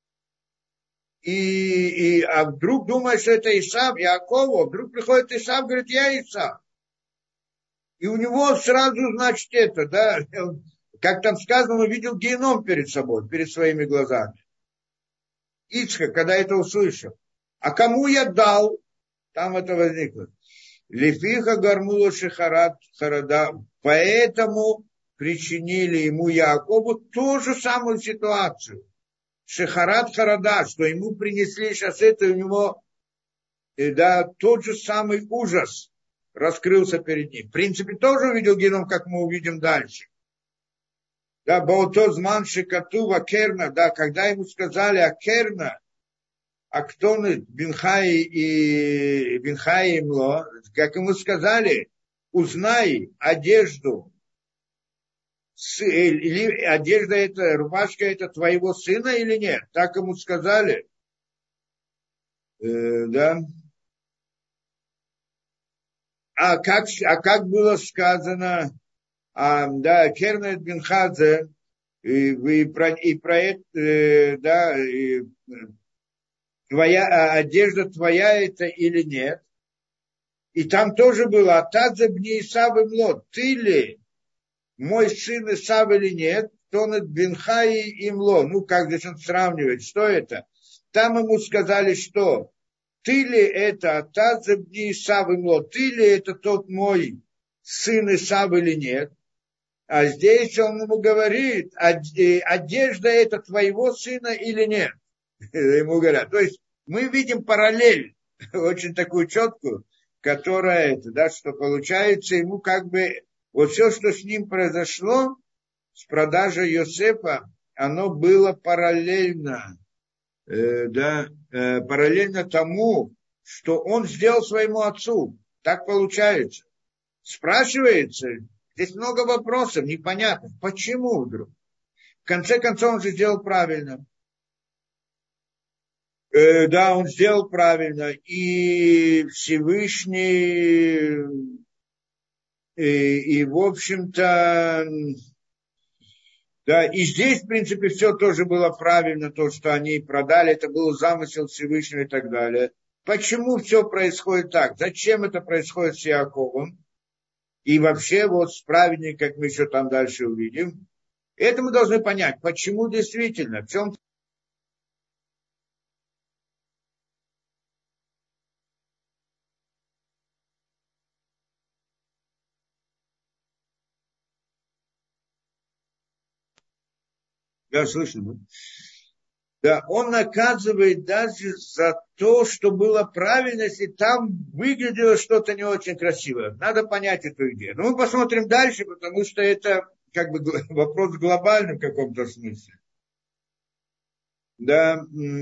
а вдруг думает, что это Исав, Якову, вдруг приходит Исав, говорит, я Исав. И у него сразу, значит, это, да, как там сказано, он видел геном перед собой, перед своими глазами. Ицхак, когда это услышал. А кому я дал? Там это возникло. Лефиха гармула шехарат харада. Поэтому причинили ему Якову ту же самую ситуацию. Шехарат харада, что ему принесли сейчас это, у него, да, тот же самый ужас раскрылся перед ним. В принципе, тоже увидел геном, как мы увидим дальше. Да, Баутозман Шекатува Керна, да, когда ему сказали о Керна, а кто Бинхай и Мло, как ему сказали, узнай одежду, или одежда это, рубашка это твоего сына или нет, так ему сказали, да. А как было сказано, да, Кернет Бинхадзе, и про это, да, твоя одежда твоя это или нет. И там тоже было, Атадзе бни Исав и Млот, ты ли мой сын Исав или нет, Тонет Бинхай и Мло. Ну, как здесь он сравнивает, что это? Там ему сказали, что ты ли это Атадзе бни Исав и Млот, ты ли это тот мой сын Исав или нет? А здесь он ему говорит, одежда это твоего сына или нет? Ему говорят. То есть мы видим параллель, очень такую четкую, которая это, да, что получается ему как бы, вот все, что с ним произошло, с продажей Йосефа, оно было параллельно, да, параллельно тому, что он сделал своему отцу. Так получается. Спрашивается, здесь много вопросов, непонятно, почему вдруг. В конце концов, он же сделал правильно. Да, он сделал правильно. И Всевышний, в общем-то, да, и здесь, в принципе, все тоже было правильно, то, что они продали, это был замысел Всевышнего и так далее. Почему все происходит так? Зачем это происходит с Яковом? И вообще вот с праведником, как мы еще там дальше увидим. Это мы должны понять, почему действительно, в чем. Да, слышно, да? Да, он наказывает даже за то, что было правильно, если там выглядело что-то не очень красивое. Надо понять эту идею. Но мы посмотрим дальше, потому что это как бы вопрос глобальный в каком-то смысле. Да.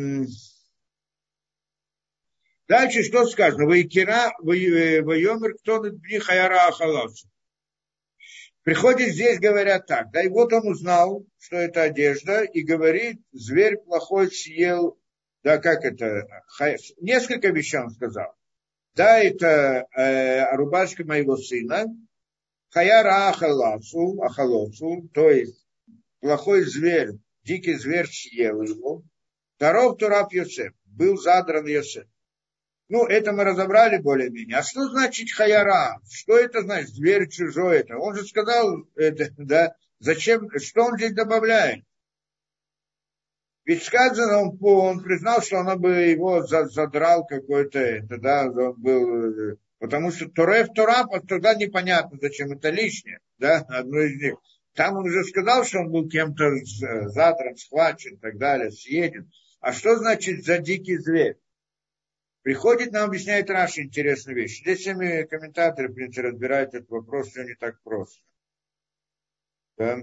Дальше что сказано? Вайкира, вайомер, кто бни хаяра ахалавцу. Приходит здесь, говорят так, да, и вот он узнал, что это одежда, и говорит, зверь плохой съел, да, как это, несколько вещей он сказал. Да, это рубашка моего сына, хаяра ахалоцу, то есть плохой зверь, дикий зверь съел его. Второй Тураб Йосеф, был задран Йосеф. Ну, это мы разобрали более-менее. А что значит хаяра? Что это значит? Зверь чужой это. Он же сказал это, да? Зачем? Что он здесь добавляет? Ведь сказано, он признал, что он бы его задрал какой-то, это, да, он был, потому что Торев Тора, тогда непонятно, зачем это лишнее, да, одно из них. Там он уже сказал, что он был кем-то задран, схвачен и так далее, съеден. А что значит за дикий зверь? Приходит, нам объясняет Раши интересную вещь. Здесь сами комментаторы, в принципе, разбирают этот вопрос, все не так просто. Да?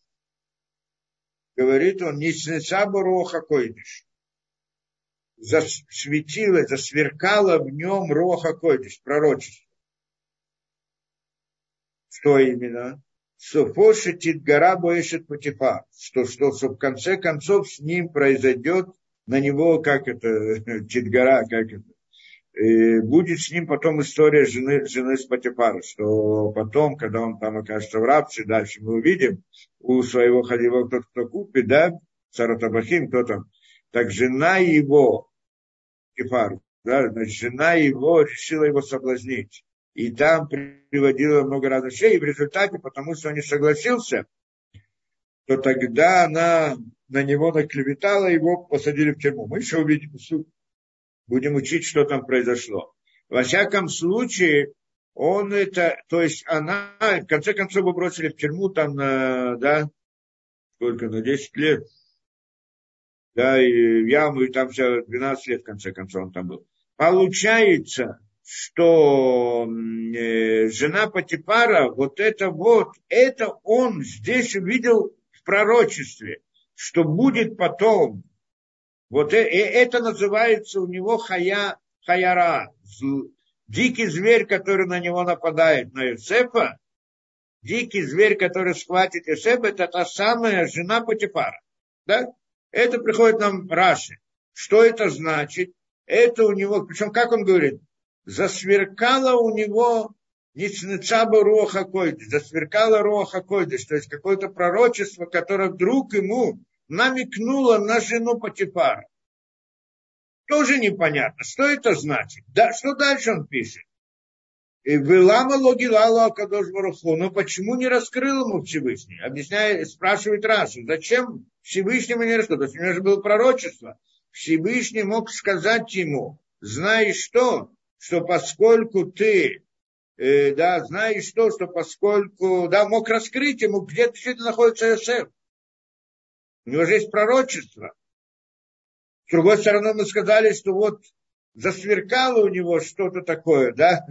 Говорит он, не снеца роха койдыш. Засветило, засверкало в нем роха койдыш, пророчество. Что именно? Софоши титгара боешет Потифар. Что в конце концов с ним произойдет на него, как это, титгара, как это. И будет с ним потом история жены с Потифара, что потом, когда он там окажется в рабстве, дальше мы увидим у своего хозяина, тот, кто купит, да, Саратабахим, кто там, так жена его, Потифар, да, значит, жена его решила его соблазнить. И там приводила много разных вещей, и в результате, потому что он не согласился, то тогда она на него наклеветала, его посадили в тюрьму. Мы еще увидим суд. Будем учить, что там произошло. Во всяком случае, он это, то есть она, в конце концов, его бросили в тюрьму там, да, сколько, на 10 лет, да, и в яму, и там все 12 лет, в конце концов, он там был. Получается, что жена Потифара, это он здесь увидел в пророчестве, что будет потом. Вот это называется у него хаяра. Дикий зверь, который на него нападает, на Йосефа. Дикий зверь, который схватит Йосефа, это та самая жена Потифара. Да? Это приходит нам Раши. Что это значит? Это у него, причем как он говорит, засверкало у него ницнецаба руаха койдыш, засверкало руаха койдыш, то есть какое-то пророчество, которое вдруг ему намекнула на жену Потифара. Тоже непонятно, что это значит. Да, что дальше он пишет? И Вилама логилала Акадош Баруху. Но почему не раскрыл ему Всевышний? Спрашивает Рашу, зачем Всевышнему не раскрыл? То есть у него же было пророчество. Всевышний мог сказать ему, знаешь что поскольку ты, знаешь что поскольку, мог раскрыть ему, где действительно находится Йосеф. У него же есть пророчество. С другой стороны, мы сказали, что вот засверкало у него что-то такое, да.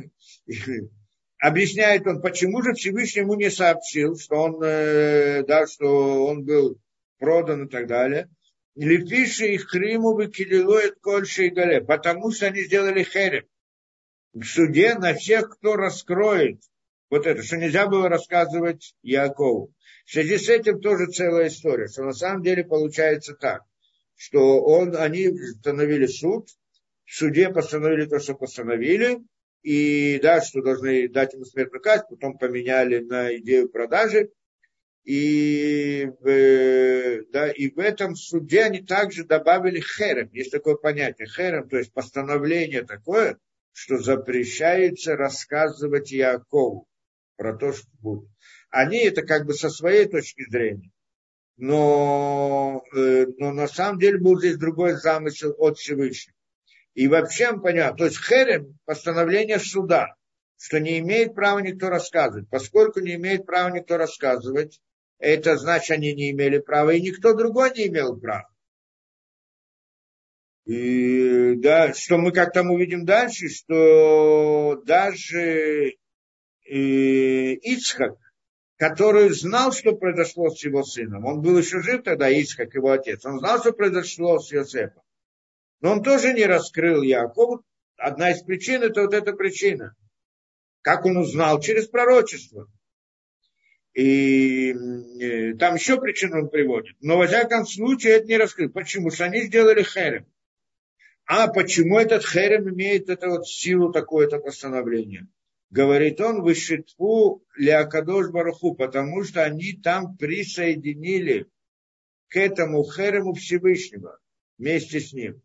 Объясняет он, почему же Всевышний ему не сообщил, что он, что он был продан и так далее. Лепиши их Хриму выкилилует кольши и гале, потому что они сделали херем. В суде на всех, кто раскроет вот это, что нельзя было рассказывать Яакову. В связи с этим тоже целая история, что на самом деле получается так, что они установили суд, в суде постановили то, что постановили, и да, что должны дать ему смертную казнь, потом поменяли на идею продажи, и в этом суде они также добавили херем, есть такое понятие херем, то есть постановление такое, что запрещается рассказывать Яакову про то, что будет. Они это как бы со своей точки зрения. Но на самом деле был здесь другой замысел от Всевышнего. И вообще понятно, то есть херем, постановление суда, что не имеет права никто рассказывать. Поскольку не имеет права никто рассказывать, это значит, они не имели права, и никто другой не имел права. И, да, что мы как там увидим дальше, что даже Ицхак, который знал, что произошло с его сыном, он был еще жив тогда, Ицхак, его отец, он знал, что произошло с Йосефом, но он тоже не раскрыл Яакову. Одна из причин – это вот эта причина. Как он узнал? Через пророчество. И там еще причину он приводит. Но, во всяком случае, это не раскрыл. Почему? Потому что они сделали херем. А почему этот херем имеет эту вот силу, такое-то постановление? Говорит он, вышитву леакадош баруху, потому что они там присоединили к этому херему Всевышнего вместе с ним.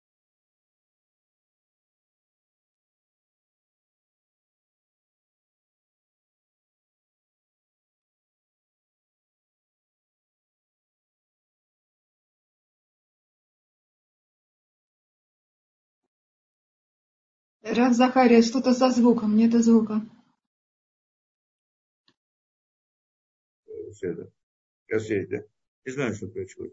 Рав Захария, что-то со звуком, нету звука. Сейчас есть, да? Не знаю, что происходит.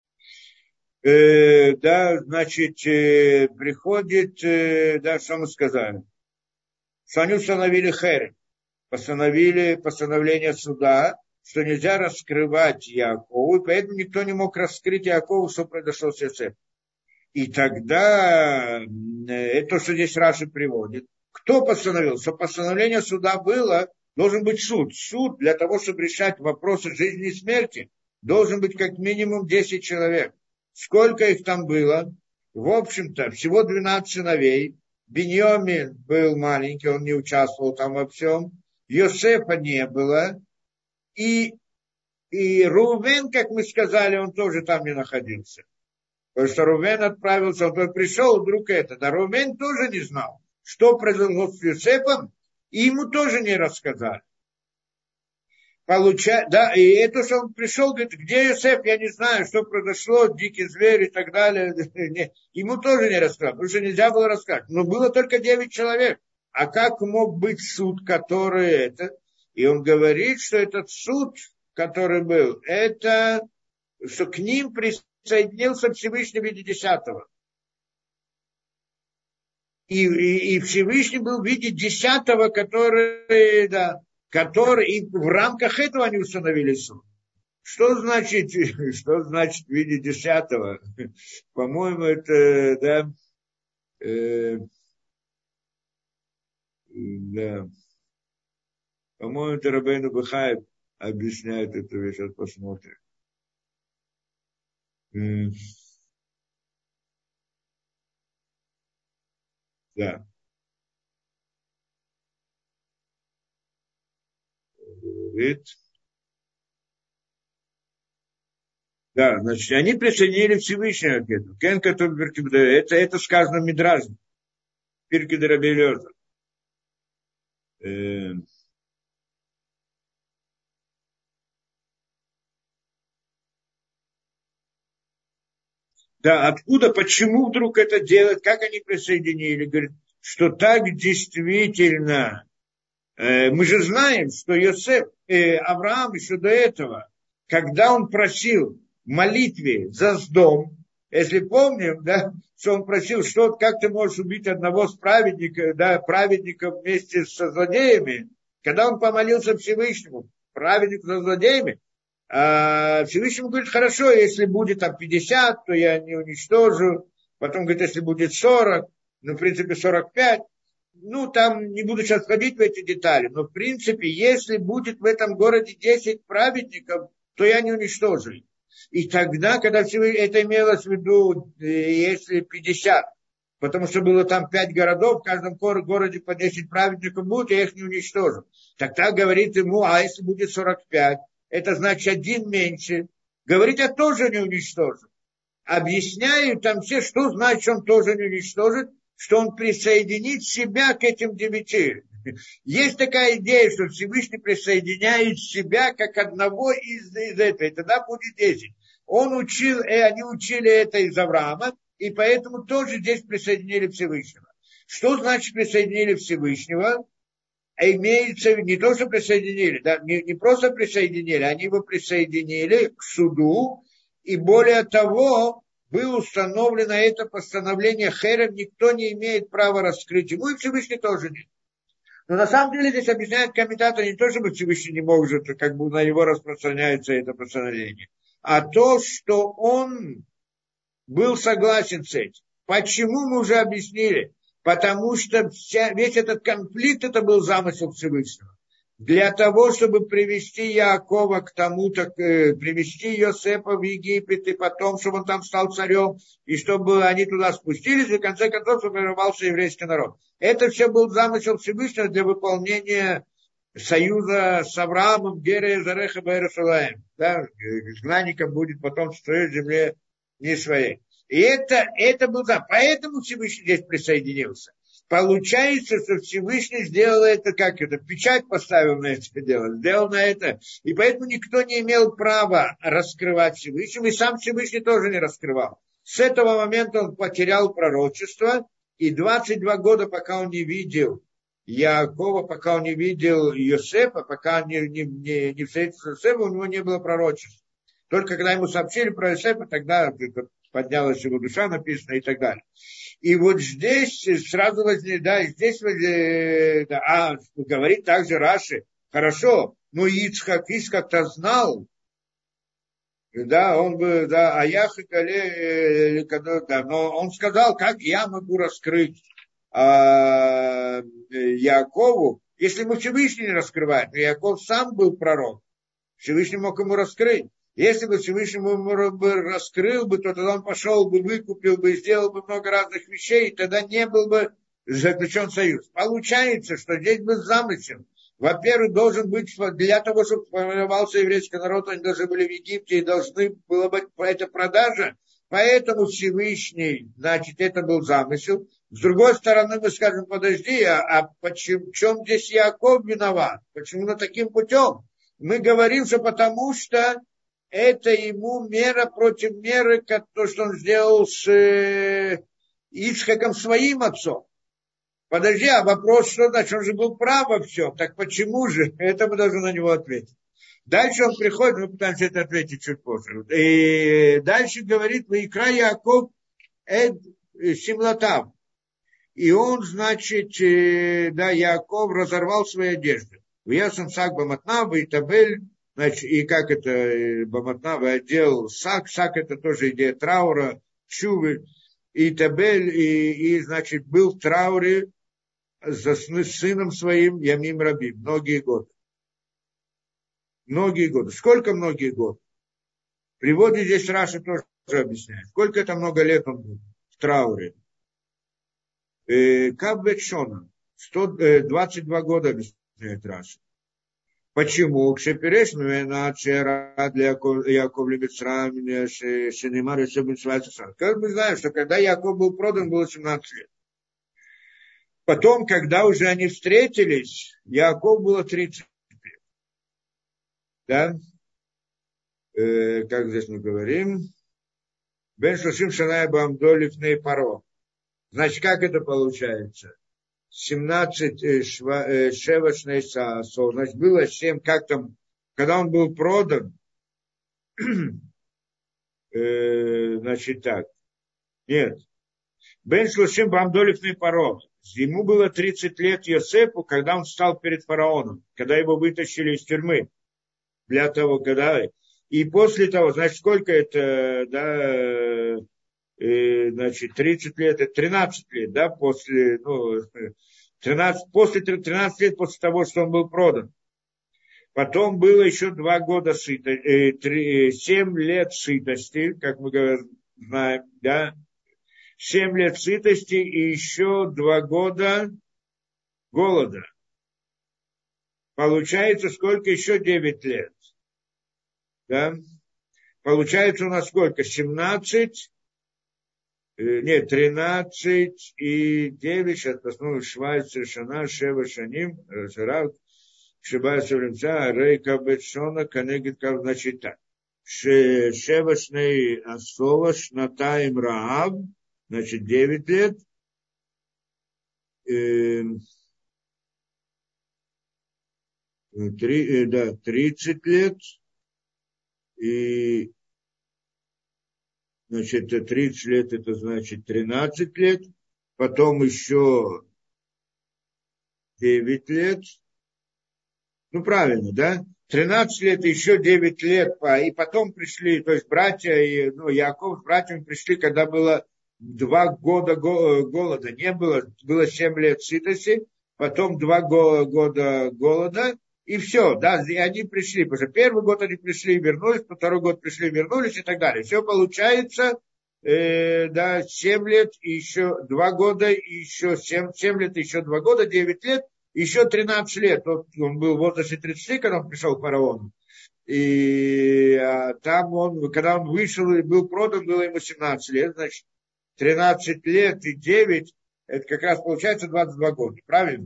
Да, значит, приходит, да, что мы сказали? Что они установили херем, постановили постановление суда, что нельзя раскрывать Яакову, и поэтому никто не мог раскрыть Яакову, что произошло с Йосефом. И тогда, это то, что здесь Раши приводит, кто постановил? Что постановление суда было, должен быть суд. Суд для того, чтобы решать вопросы жизни и смерти, должен быть как минимум 10 человек. Сколько их там было? В общем-то, всего 12 сыновей. Биньямин был маленький, он не участвовал там во всем. Йосефа не было. И Рувен, как мы сказали, он тоже там не находился. Потому что Рувен отправился, он пришел, вдруг это. Да Рувен тоже не знал, что произошло с Йосефом, и ему тоже не рассказали. Да, и это, что он пришел, говорит, где Йосеф, я не знаю, что произошло, дикий зверь и так далее. Ему тоже не рассказали, потому что нельзя было рассказать. Но было только 9 человек. А как мог быть суд, который это? И он говорит, что этот суд, который был, это, что к ним присоединился Всевышний в виде 10-го. И Всевышний был в виде 10-го, который, да, и в рамках этого они установили суд. Что значит в виде 10-го? По-моему, это, да, да. По-моему, это Рабейну Бахаев объясняет эту вещь. Сейчас посмотрим. Да. Говорит. Да, значит, они присоединили Всевышнего к этому. Это сказано в Мидраже. Пиркей де Раби Элиэзер. Да, откуда, почему вдруг это делать, как они присоединили? Говорит, что так действительно. Мы же знаем, что Авраам еще до этого, когда он просил в молитве за Сдом, если помним, да, что он просил, что как ты можешь убить одного с праведника, да, праведника вместе со злодеями, когда он помолился Всевышнему, праведнику со злодеями, А Всевышний говорит, хорошо, если будет там 50, то я не уничтожу. Потом говорит, если будет 40, ну, в принципе, 45. Ну, там не буду сейчас входить в эти детали, но, в принципе, если будет в этом городе 10 праведников, то я не уничтожу их. И тогда, когда это имелось в виду, если 50, потому что было там 5 городов, в каждом городе по 10 праведников будет, я их не уничтожу. Тогда говорит ему, а если будет 45, это значит один меньше. Говорит, я тоже не уничтожу. Объясняют там все, что значит, он тоже не уничтожит, что он присоединит себя к этим 9. Есть такая идея, что Всевышний присоединяет себя как одного из этого, и тогда будет 10. Он учил, и они учили это из Авраама, и поэтому тоже здесь присоединили Всевышнего. Что значит присоединили Всевышнего? Имеется в виду не то, что присоединили, да, не просто присоединили, они его присоединили к суду, и более того, было установлено это постановление Херем, никто не имеет права раскрыть ему, и Всевышний тоже нет. Но на самом деле здесь объясняют комментаторы не то, чтобы Всевышний не может, как бы на него распространяется это постановление, а то, что он был согласен с этим. Почему мы уже объяснили? Потому что весь этот конфликт, это был замысел Всевышнего. Для того, чтобы привести Яакова к тому, привести Йосефа в Египет, и потом, чтобы он там стал царем, и чтобы они туда спустились, и в конце концов сформировался еврейский народ. Это все был замысел Всевышнего для выполнения союза с Авраамом, Гере, Зареха, Баэрасулаем. Да, изгнанником будет потом в своей земле не своей. И это был да. Поэтому Всевышний здесь присоединился. Получается, что Всевышний сделал это, печать поставил на это дело, сделал на это. И поэтому никто не имел права раскрывать Всевышнего, и сам Всевышний тоже не раскрывал. С этого момента он потерял пророчество, и 22 года, пока он не видел Яакова, пока он не видел Йосефа, пока он не встретился с Йосефом, у него не было пророчества. Только когда ему сообщили про Йосефа, тогда поднялась его душа, написано, и так далее. И вот здесь сразу возникает, говорит также Раши, хорошо, но Ицхак-то знал, да, он бы, да, но он сказал, как я могу раскрыть Яакову, если ему Всевышний не раскрывает, но Яаков сам был пророк, Всевышний мог ему раскрыть. Если бы Всевышний ему раскрыл бы, то тогда он пошел бы, выкупил бы, сделал бы много разных вещей, и тогда не был бы заключен союз. Получается, что здесь был замысел. Во-первых, должен быть, для того, чтобы формировался еврейский народ, они должны были в Египте, и должны была быть эта продажа. Поэтому Всевышний, значит, это был замысел. С другой стороны, мы скажем, подожди, в чем здесь Яаков виноват? Почему на таким путем? Мы говорим, что потому что это ему мера против меры, то, что он сделал с Ицхаком своим отцом. Подожди, а вопрос, что значит, он же был прав во всем, так почему же? Это мы должны на него ответить. Дальше он приходит, мы пытаемся это ответить чуть позже. И дальше говорит, «Ваикра Яаков эд Симлатав». И он, значит, да, Яаков разорвал свои одежды. «Виясан сак баматнав, и табель». Значит, и как это Баматнава одел сак это тоже идея траура, чувы, и табель, и значит, был в трауре за сыном своим Ямим Раби многие годы. Многие годы. Сколько многие годы? В переводе здесь Раша тоже объясняет. Сколько это много лет он был в трауре? Каббетшона. 22 года объясняет Раша. Почему? Кшепереш мивена чера для Яков Лебецрам, Шенемар и Шебенцвайцесан. Как мы знаем, что когда Яков был продан, было 17 лет. Потом, когда уже они встретились, Яков было 30 лет. Да? Как здесь мы говорим? Бен Шушим Шаная Бамдолив Нейпаро. Значит, как это получается? 17 шевашный саасо, значит, было 7, как там, когда он был продан, значит так, нет, Бен Шлушим Бамдолифный Паро, ему было 30 лет Йосефу, когда он встал перед фараоном, когда его вытащили из тюрьмы, для того, когда, И после того, значит, сколько это, да, значит, 30 лет, это 13 лет, да, после, ну, 13 лет после того, что он был продан. Потом было еще 2 года сытости, 7 лет сытости, как мы знаем, да, 7 лет сытости и еще 2 года голода. Получается, сколько еще 9 лет, да? Получается у нас сколько? 17, нет, 13 и 9, сейчас посмотрим, Швайц, Шана, Шева, Шаним, Шарав, Шибай, Савремца, Рейка, Бетшона, Канегит, как значит так. Шева, Шней, Асова, Шната, Раав, значит, 9 лет, да, 30 лет, и, значит, 30 лет, это значит 13 лет, потом еще 9 лет, ну, правильно, да? 13 лет, еще 9 лет, и потом пришли, то есть братья, ну, Яков с братьями пришли, когда было 2 года голода, не было, было 7 лет сытости, потом 2 года голода, и все, да, и они пришли, потому что первый год они пришли и вернулись, второй год пришли и вернулись и так далее. Все получается, да, 7 лет, и еще 2 года, и еще 7 лет, еще 2 года, 9 лет, еще 13 лет. Он был в возрасте 30, когда он пришел к фараону. И там он, когда он вышел и был продан, было ему 17 лет, значит, 13 лет и 9, это как раз получается 22 года, правильно?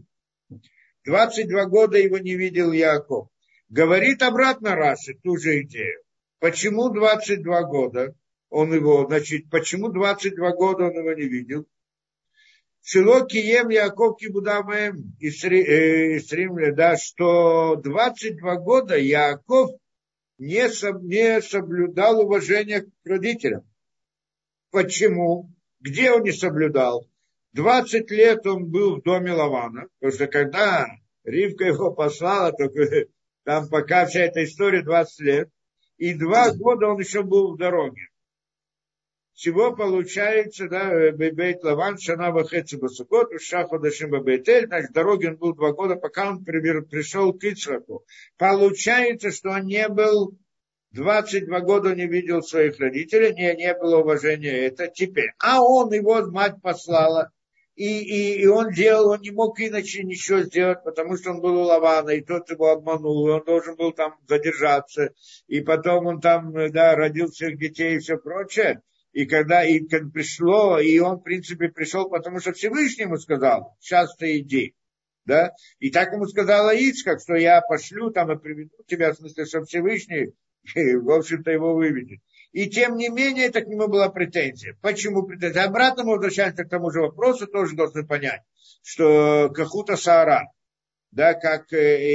22 года его не видел Яков. Говорит обратно Раши ту же идею. Почему 22 года он его, значит, почему 22 года он его не видел? Шило кием Яков кибудамаем Исримля, да, что 22 года Яков не соблюдал уважение к родителям. Почему? Где он не соблюдал? 20 лет он был в доме Лавана, потому что когда Ривка его послала, то там пока вся эта история 20 лет, и 2 года он еще был в дороге. Всего получается, да, Бейт Лаван, Шана Вахеци Басукот, Шаху Дашим Бабейтель, значит, в дороге он был 2 года, пока он пришел к Ицхаку. Получается, что он не был 22 года не видел своих родителей, не было уважения это теперь. А он, его мать послала, и он делал, он не мог иначе ничего сделать, потому что он был у Лавана, и тот его обманул, и он должен был там задержаться, и потом он там, да, родил всех детей и все прочее. И когда пришло, и он, в принципе, пришел, потому что Всевышний ему сказал, сейчас ты иди. Да? И так ему сказала Ицхак, что я пошлю там и приведу тебя, в смысле, что Всевышний, в общем-то, его выведет. И тем не менее, это к нему была претензия. Почему претензия? Обратно мы возвращаемся к тому же вопросу, тоже должны понять, что Кахута Саара, да, как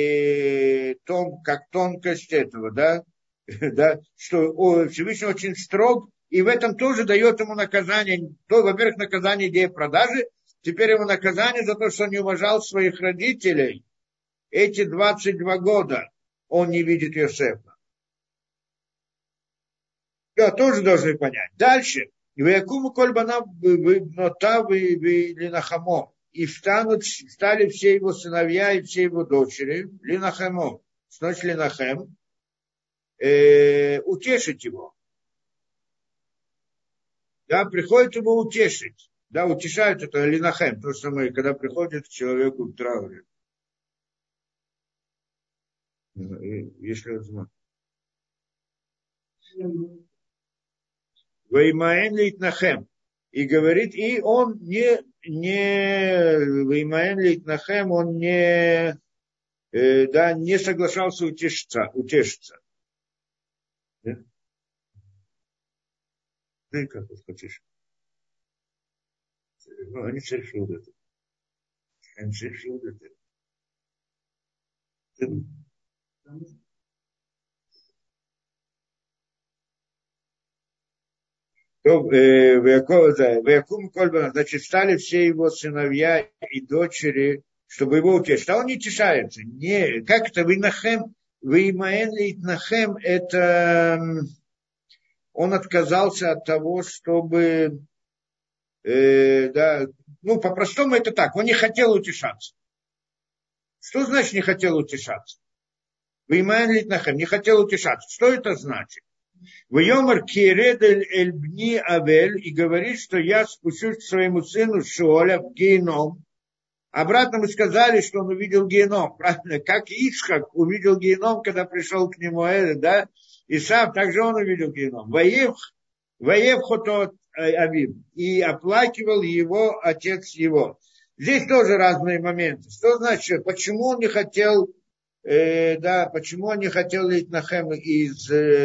тонкость этого, да, да, что Всевышний очень строг, и в этом тоже дает ему наказание, то, во-первых, наказание идеи продажи, теперь ему наказание за то, что он не уважал своих родителей. Эти 22 года он не видит Йосефа. Да, тоже должны понять. Дальше. Ваякуму кольбана нота линахамо. И стали все его сыновья и все его дочери линахамо. Что значит линахем? Утешить его. Да, приходит его утешить. Да, утешают это линахем. То же самое, когда приходит к человеку в трауре. Если он Ваймаэн литнахем. И говорит, и он не Ваймаэн литнахем, он не соглашался утешиться. Да? Ну, как ты хочешь? Ну, они совершили это. Они совершили это. Вякум Кольбана, значит, стали все его сыновья и дочери, чтобы его утешить. А он не утешается. Не, как это Винахем? Веймаэн лейтнахем, это он отказался от того, чтобы, да, ну, по-простому это так, он не хотел утешаться. Что значит не хотел утешаться? Веймаэн лейтнахем, не хотел утешаться. Что это значит? Вейомар киред эль бни авель, и говорит, что я спущусь к своему сыну Шуоля в геном. Обратно мы сказали, что он увидел геном, правильно? Как Ицхак увидел геном, когда пришел к нему, да? Исав, также он увидел геном. Воев хотот Авив, и оплакивал его отец его. Здесь тоже разные моменты. Что значит, почему он не хотел, почему он не хотел Лейтнахем из,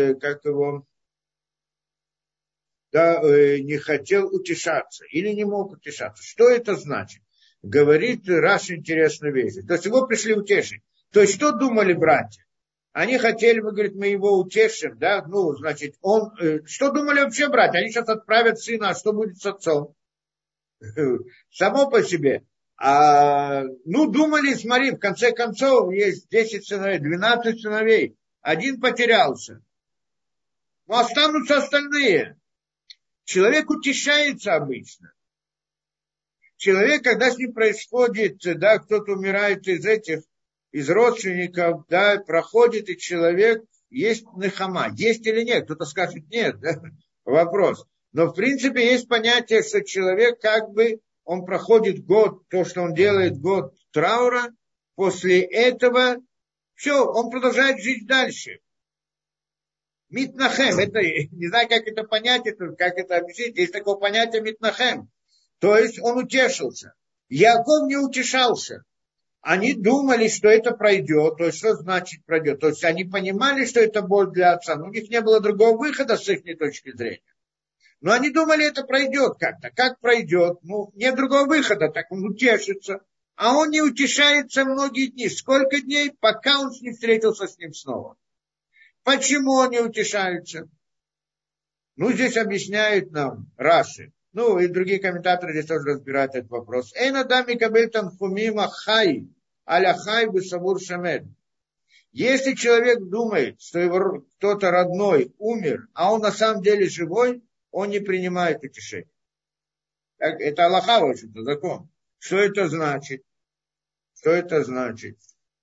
не хотел утешаться или не мог утешаться. Что это значит? Говорит Раши интересную вещь. То есть его пришли утешить. То есть что думали братья? Они хотели, мы его утешим, да, значит, что думали вообще братья? Они сейчас отправят сына, а что будет с отцом? Само по себе. Думали, смотри, в конце концов, есть 10 сыновей, 12 сыновей, один потерялся. Но останутся остальные. Человек утешается обычно. Человек, когда с ним происходит, да, кто-то умирает из родственников, да, проходит, и человек, есть нехама, есть или нет, кто-то скажет нет, да, вопрос. Но в принципе есть понятие, что человек он проходит год, то, что он делает, год траура, после этого, все, он продолжает жить дальше. Митнахем, это, не знаю, как это понять, как это объяснить, есть такое понятие митнахем. То есть он утешился. Яков не утешался. Они думали, что это пройдет. То есть что значит пройдет? То есть они понимали, что это боль для отца. Но у них не было другого выхода с их точки зрения. Но они думали, это пройдет как-то. Как пройдет? Нет другого выхода, так он утешится. А он не утешается многие дни. Сколько дней, пока он не встретился с ним снова. Почему он не утешается? Здесь объясняет нам Раши. И другие комментаторы здесь тоже разбирают этот вопрос. Эйн адам микабель танхумим ахай, аля хай бесавур шамед. Если человек думает, что его кто-то родной умер, а он на самом деле живой, он не принимает утешение. Это Аллаха, в общем-то, закон. Что это значит? Что это значит?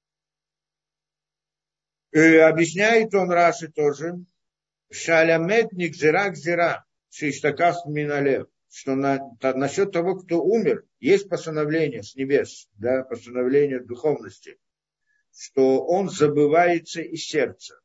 Объясняет он Раши тоже. Шалямет никзира гзира, шиштакас миналев. Что насчет того, кто умер, есть постановление с небес, да, постановление духовности, что он забывается из сердца.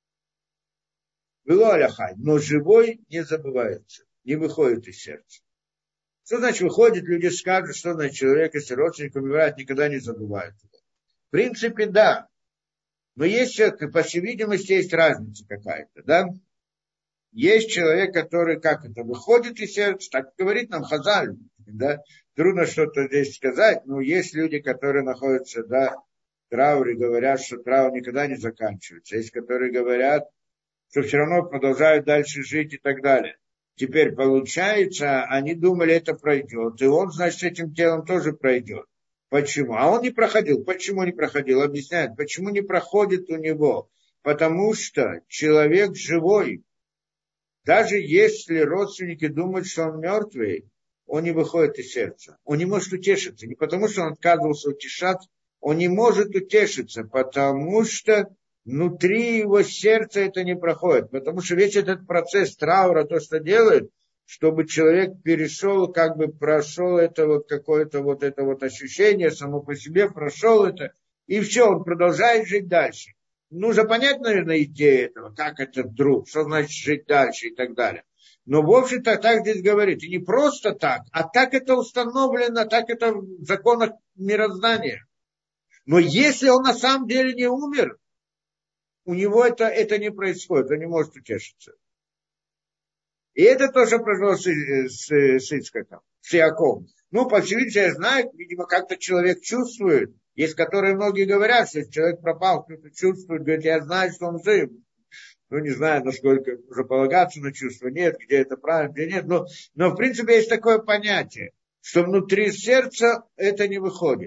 Было аляхай, но живой не забывается, не выходит из сердца. Что значит выходит, люди скажут, что значит человек, если родственник умирает, никогда не забывает его. В принципе, да, но есть, по всей видимости, есть разница какая-то, да. Есть человек, который, выходит из сердца, так говорит нам Хазаль, да, трудно что-то здесь сказать, но есть люди, которые находятся, да, в трауре, говорят, что траур никогда не заканчивается, есть, которые говорят, что все равно продолжают дальше жить и так далее. Теперь, получается, они думали, это пройдет, и он, значит, с этим телом тоже пройдет. Почему? А он не проходил. Почему не проходил? Объясняет, почему не проходит у него? Потому что человек живой, даже если родственники думают, что он мертвый, он не выходит из сердца. Он не может утешиться. Не потому, что он отказывался утешаться, он не может утешиться, потому что внутри его сердца это не проходит. Потому что весь этот процесс траура, то, что делает, чтобы человек перешел, прошел это какое-то это ощущение, само по себе прошел это, и все, он продолжает жить дальше. Нужно понять, наверное, идею этого, как это вдруг, что значит жить дальше и так далее. Но, в общем-то, так здесь говорит. И не просто так, а так это установлено, так это в законах мироздания. Но если он на самом деле не умер, у него это не происходит, он не может утешиться. И это тоже произошло с Ицхаком, с Яковом. По всей видимости, я знаю, видимо, как-то человек чувствует. Есть, которые многие говорят, что если человек пропал, кто-то чувствует, говорит, я знаю, что он жив. Не знаю, насколько уже полагаться на чувство, нет, где это правильно, где нет. Но в принципе, есть такое понятие, что внутри сердца это не выходит.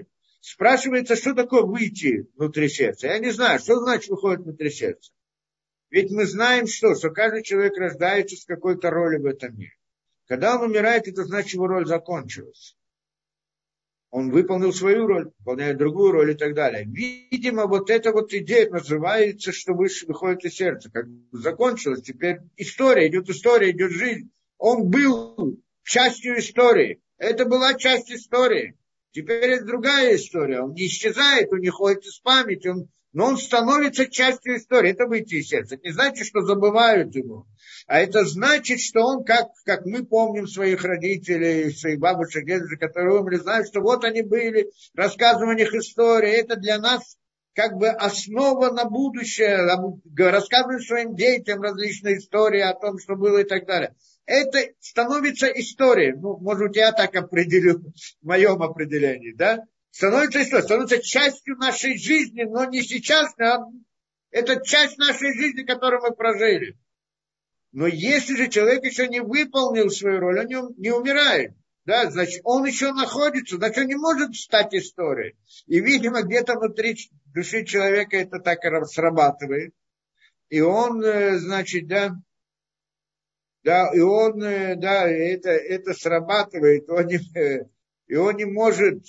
Спрашивается, что такое выйти внутри сердца. Я не знаю, что значит выходит внутри сердца. Ведь мы знаем, что каждый человек рождается с какой-то ролью в этом мире. Когда он умирает, это значит, его роль закончилась. Он выполнил свою роль, выполняет другую роль и так далее. Видимо, вот эта вот идея называется, что выходит из сердца. Как бы закончилось, теперь история, идет жизнь. Он был частью истории. Это была часть истории. Теперь это другая история. Он не исчезает, он не ходит из памяти, но он становится частью истории. Это выйти из сердца. Это не значит, что забывают его. А это значит, что он, как мы помним своих родителей, своих бабушек, дедушек, которые умерли, знают, что вот они были, рассказываем о них истории. Это для нас как бы основа на будущее. Рассказываем своим детям различные истории о том, что было и так далее. Это становится историей. Ну, может быть, я так определю в моем определении, да? Становится историей, становится частью нашей жизни, но не сейчас, а это часть нашей жизни, которую мы прожили. Но если же человек еще не выполнил свою роль, он не умирает. Да, значит, он еще находится, значит, он не может стать историей. И, видимо, где-то внутри души человека это так и срабатывает. И он, значит, и он, это срабатывает, и он не может,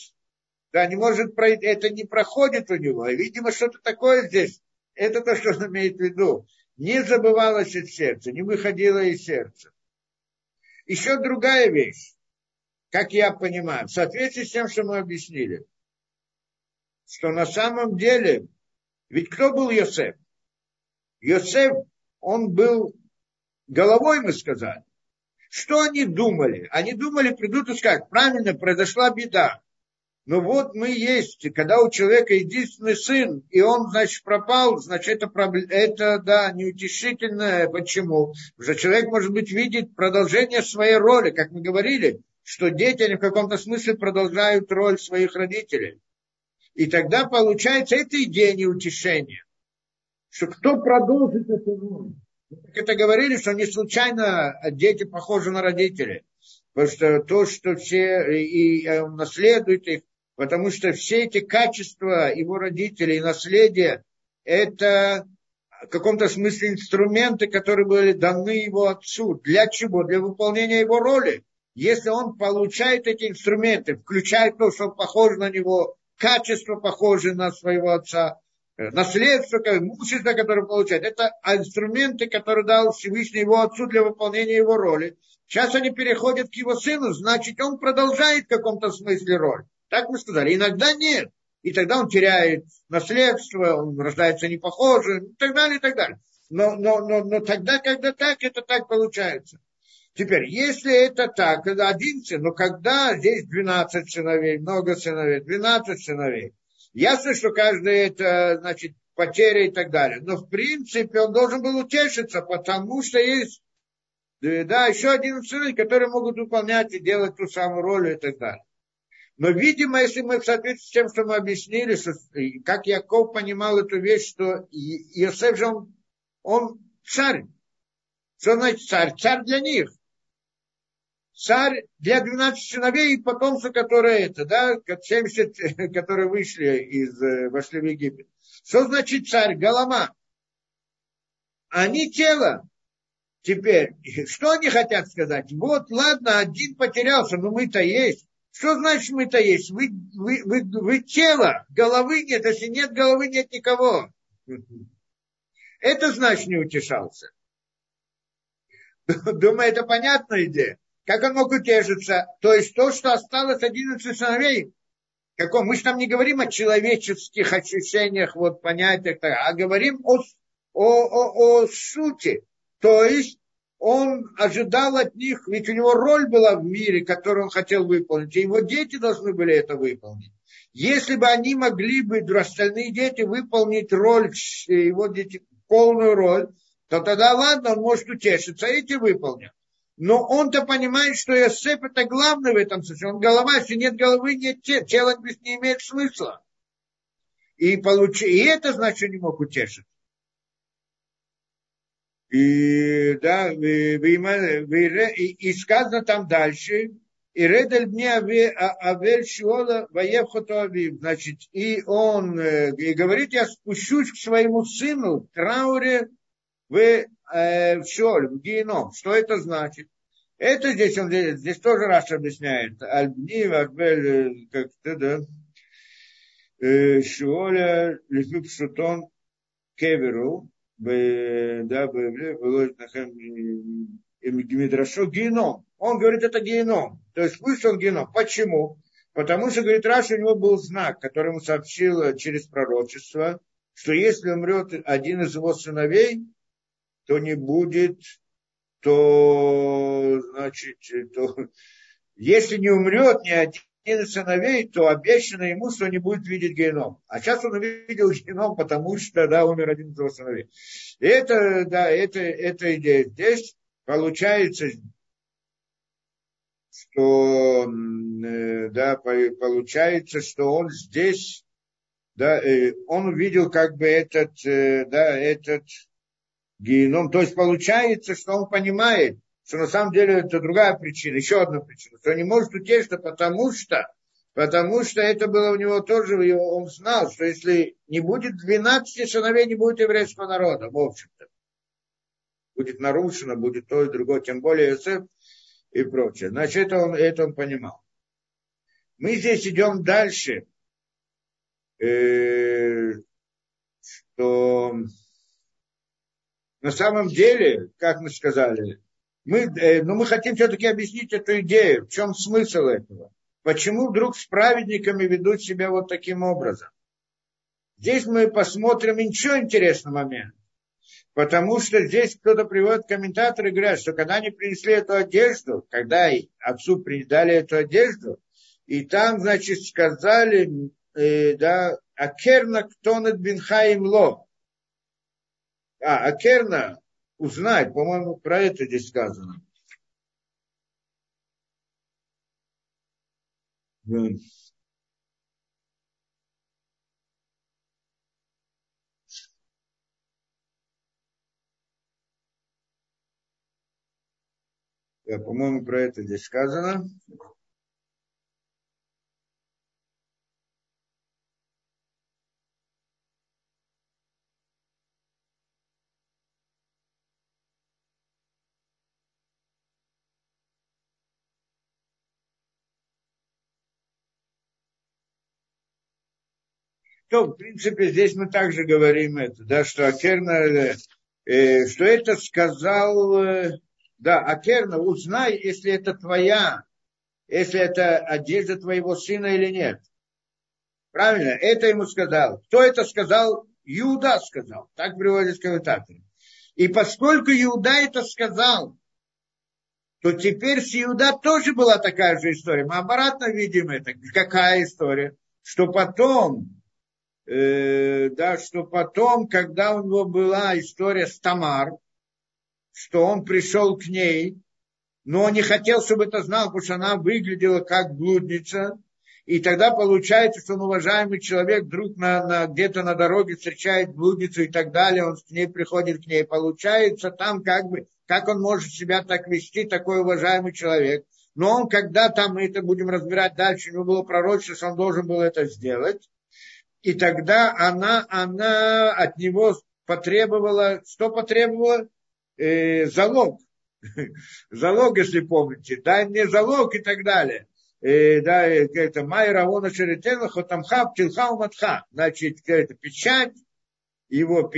это не проходит у него. И, видимо, что-то такое здесь, это то, что он имеет в виду. Не забывалось из сердца, не выходило из сердца. Еще другая вещь, как я понимаю, в соответствии с тем, что мы объяснили, что на самом деле, ведь кто был Йосеф? Йосеф, он был головой, мы сказали. Что они думали? Они думали, придут и скажут, правильно, произошла беда. Но вот мы есть, когда у человека единственный сын, и он, значит, пропал, значит, это да, неутешительно. Почему? Потому что человек, может быть, видит продолжение своей роли, как мы говорили, что дети, они в каком-то смысле продолжают роль своих родителей. И тогда получается, это идея неутешения. Что кто продолжит эту роль? Как это говорили, что не случайно дети похожи на родителей. Потому что то, что все и наследуют их, потому что все эти качества его родителей и наследия, это в каком-то смысле инструменты, которые были даны его отцу. Для чего? Для выполнения его роли. Если он получает эти инструменты, включая то, что похоже на него, качество похоже на своего отца, наследство, имущество, которое получает, это инструменты, которые дал Всевышний его отцу для выполнения его роли. Сейчас они переходят к его сыну, значит, он продолжает в каком-то смысле роль. Так мы сказали. Иногда нет. И тогда он теряет наследство, он рождается непохожим, и так далее, и так далее. Но тогда, когда так, это так получается. Теперь, если это так, это 11, но когда здесь 12 сыновей, много сыновей, 12 сыновей, ясно, что каждый это, значит, потеря и так далее. Но, в принципе, он должен был утешиться, потому что есть, да, еще 11 сыновей, которые могут выполнять и делать ту самую роль и так далее. Но, видимо, если мы в соответствии с тем, что мы объяснили, что, как Яков понимал эту вещь, что Иосиф же он царь. Что значит царь? Царь для них. Царь для 12 сыновей и потомства, которые 70, которые вошли в Египет. Что значит царь? Голова. Они тело. Теперь, что они хотят сказать? Вот, ладно, один потерялся, но мы-то есть. Что значит мы-то есть? Вы тело, головы нет. Если нет головы, нет никого. Это значит не утешался. Думаю, это понятная идея. Как он мог утешиться? То есть то, что осталось 11 сыновей, мы же там не говорим о человеческих ощущениях, вот понятиях, а говорим о сути. То есть он ожидал от них, ведь у него роль была в мире, которую он хотел выполнить, и его дети должны были это выполнить. Если бы они могли бы, остальные дети, выполнить роль, его дети, полную роль, то тогда ладно, он может утешиться, эти выполнят. Но он-то понимает, что Йосеф это главное в этом случае. Он голова, если нет головы, нет тела, тело не имеет смысла. И это значит, что не мог утешиться. И сказано там дальше, И Редель мне Авель Шиола Ваевхоту Авив. Значит, и он и говорит, я спущусь к своему сыну в трауре в Шиоль, в Геном. Что это значит? Это здесь тоже Раша объясняет. Альбни, Авель, как-то, да. Шиоля, Лифип Шутон, Кеверу, да, Мидрашо геном. Он говорит, это геном. То есть вышел геном. Почему? Потому что, говорит, Раша, у него был знак, который ему сообщил через пророчество, что если умрет один из его сыновей, то не будет, то, значит, если не умрет ни один из сыновей, то обещано ему, что не будет видеть геном. А сейчас он увидел геном, потому что, да, умер один из его сыновей. И это, да, это идея. Здесь получается, что, да, получается, что он здесь, да, он увидел как бы этот, да, этот геном. То есть получается, что он понимает, что на самом деле это другая причина, еще одна причина, что не может утешиться, потому что это было у него тоже, он знал, что если не будет 12 сыновей, не будет еврейского народа, в общем-то. Будет нарушено, будет то и другое, тем более Йосеф и прочее. Значит, это он понимал. Мы здесь идем дальше, что на самом деле, как мы сказали, мы хотим все-таки объяснить эту идею, в чем смысл этого. Почему вдруг с праведниками ведут себя вот таким образом? Здесь мы посмотрим еще интересный момент. Потому что здесь кто-то приводит комментаторы и говорят, что когда они принесли эту одежду, когда отцу дали эту одежду, и там, значит, сказали, да, Акерна ктонет бинхаим ло. Акерна узнать, по-моему, про это здесь сказано. Да, по-моему, про это здесь сказано. То, в принципе, здесь мы также говорим это, да, что Акерна, что это сказал, да, Акерна, узнай, если это твоя, если это одежда твоего сына или нет. Правильно? Это ему сказал. Кто это сказал? Иуда сказал. Так приводят комментаторы. И поскольку Иуда это сказал, то теперь с Иуда тоже была такая же история. Мы обратно видим это. Какая история? Что потом, когда у него была история с Тамар, что он пришел к ней, но он не хотел, чтобы это знал, потому что она выглядела как блудница. И тогда получается, что он, уважаемый человек, вдруг где-то на дороге встречает блудницу и так далее, он к ней приходит к ней. Получается, там как он может себя так вести, такой уважаемый человек. Но он, когда там, мы это будем разбирать дальше, у него было пророчество, что он должен был это сделать. И тогда она от него потребовала, что потребовала? Залог. Залог, если помните. Дай мне залог и так далее. Да, это Майра, Вона, Шеретена, Хотамха, Птилха, Уматха. Значит, это печать его,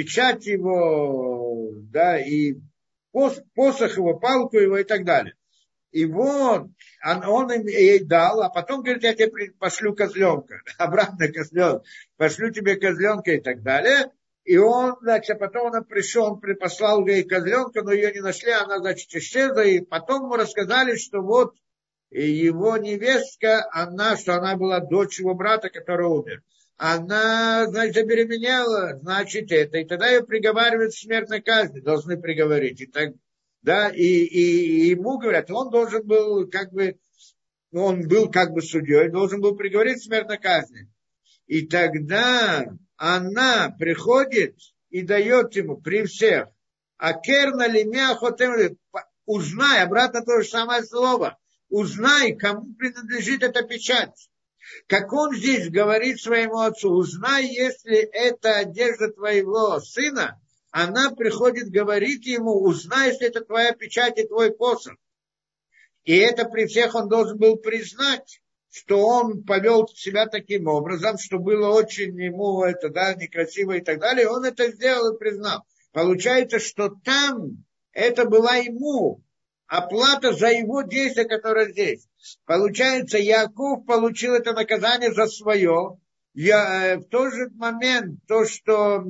да, и посох его, палку его и так далее. И вот он им ей дал, а потом говорит, я тебе пошлю козленка, обратно козленка, пошлю тебе козленка и так далее. И он, значит, потом она пришел, он послал ей козленка, но ее не нашли, она, значит, исчезла, и потом ему рассказали, что вот его невестка, что она была дочь его брата, который умер. Она, значит, забеременела, значит, это. И тогда ее приговаривают к смертной казни, должны приговорить. И так, да, и ему говорят, он должен был, он был судьей, должен был приговорить к смертной казни. И тогда она приходит и дает ему при всех. А керна лимя хотем, узнай, обратно то же самое слово. узнай, кому принадлежит эта печать. Как он здесь говорит своему отцу, узнай, если это одежда твоего сына, она приходит говорить ему, узнай, если это твоя печать и твой посох. И это при всех он должен был признать, что он повел себя таким образом, что было очень ему это, да, некрасиво и так далее. Он это сделал и признал. Получается, что там это была ему оплата за его действия, которые здесь. Получается, Яков получил это наказание за свое. В тот же момент, то, что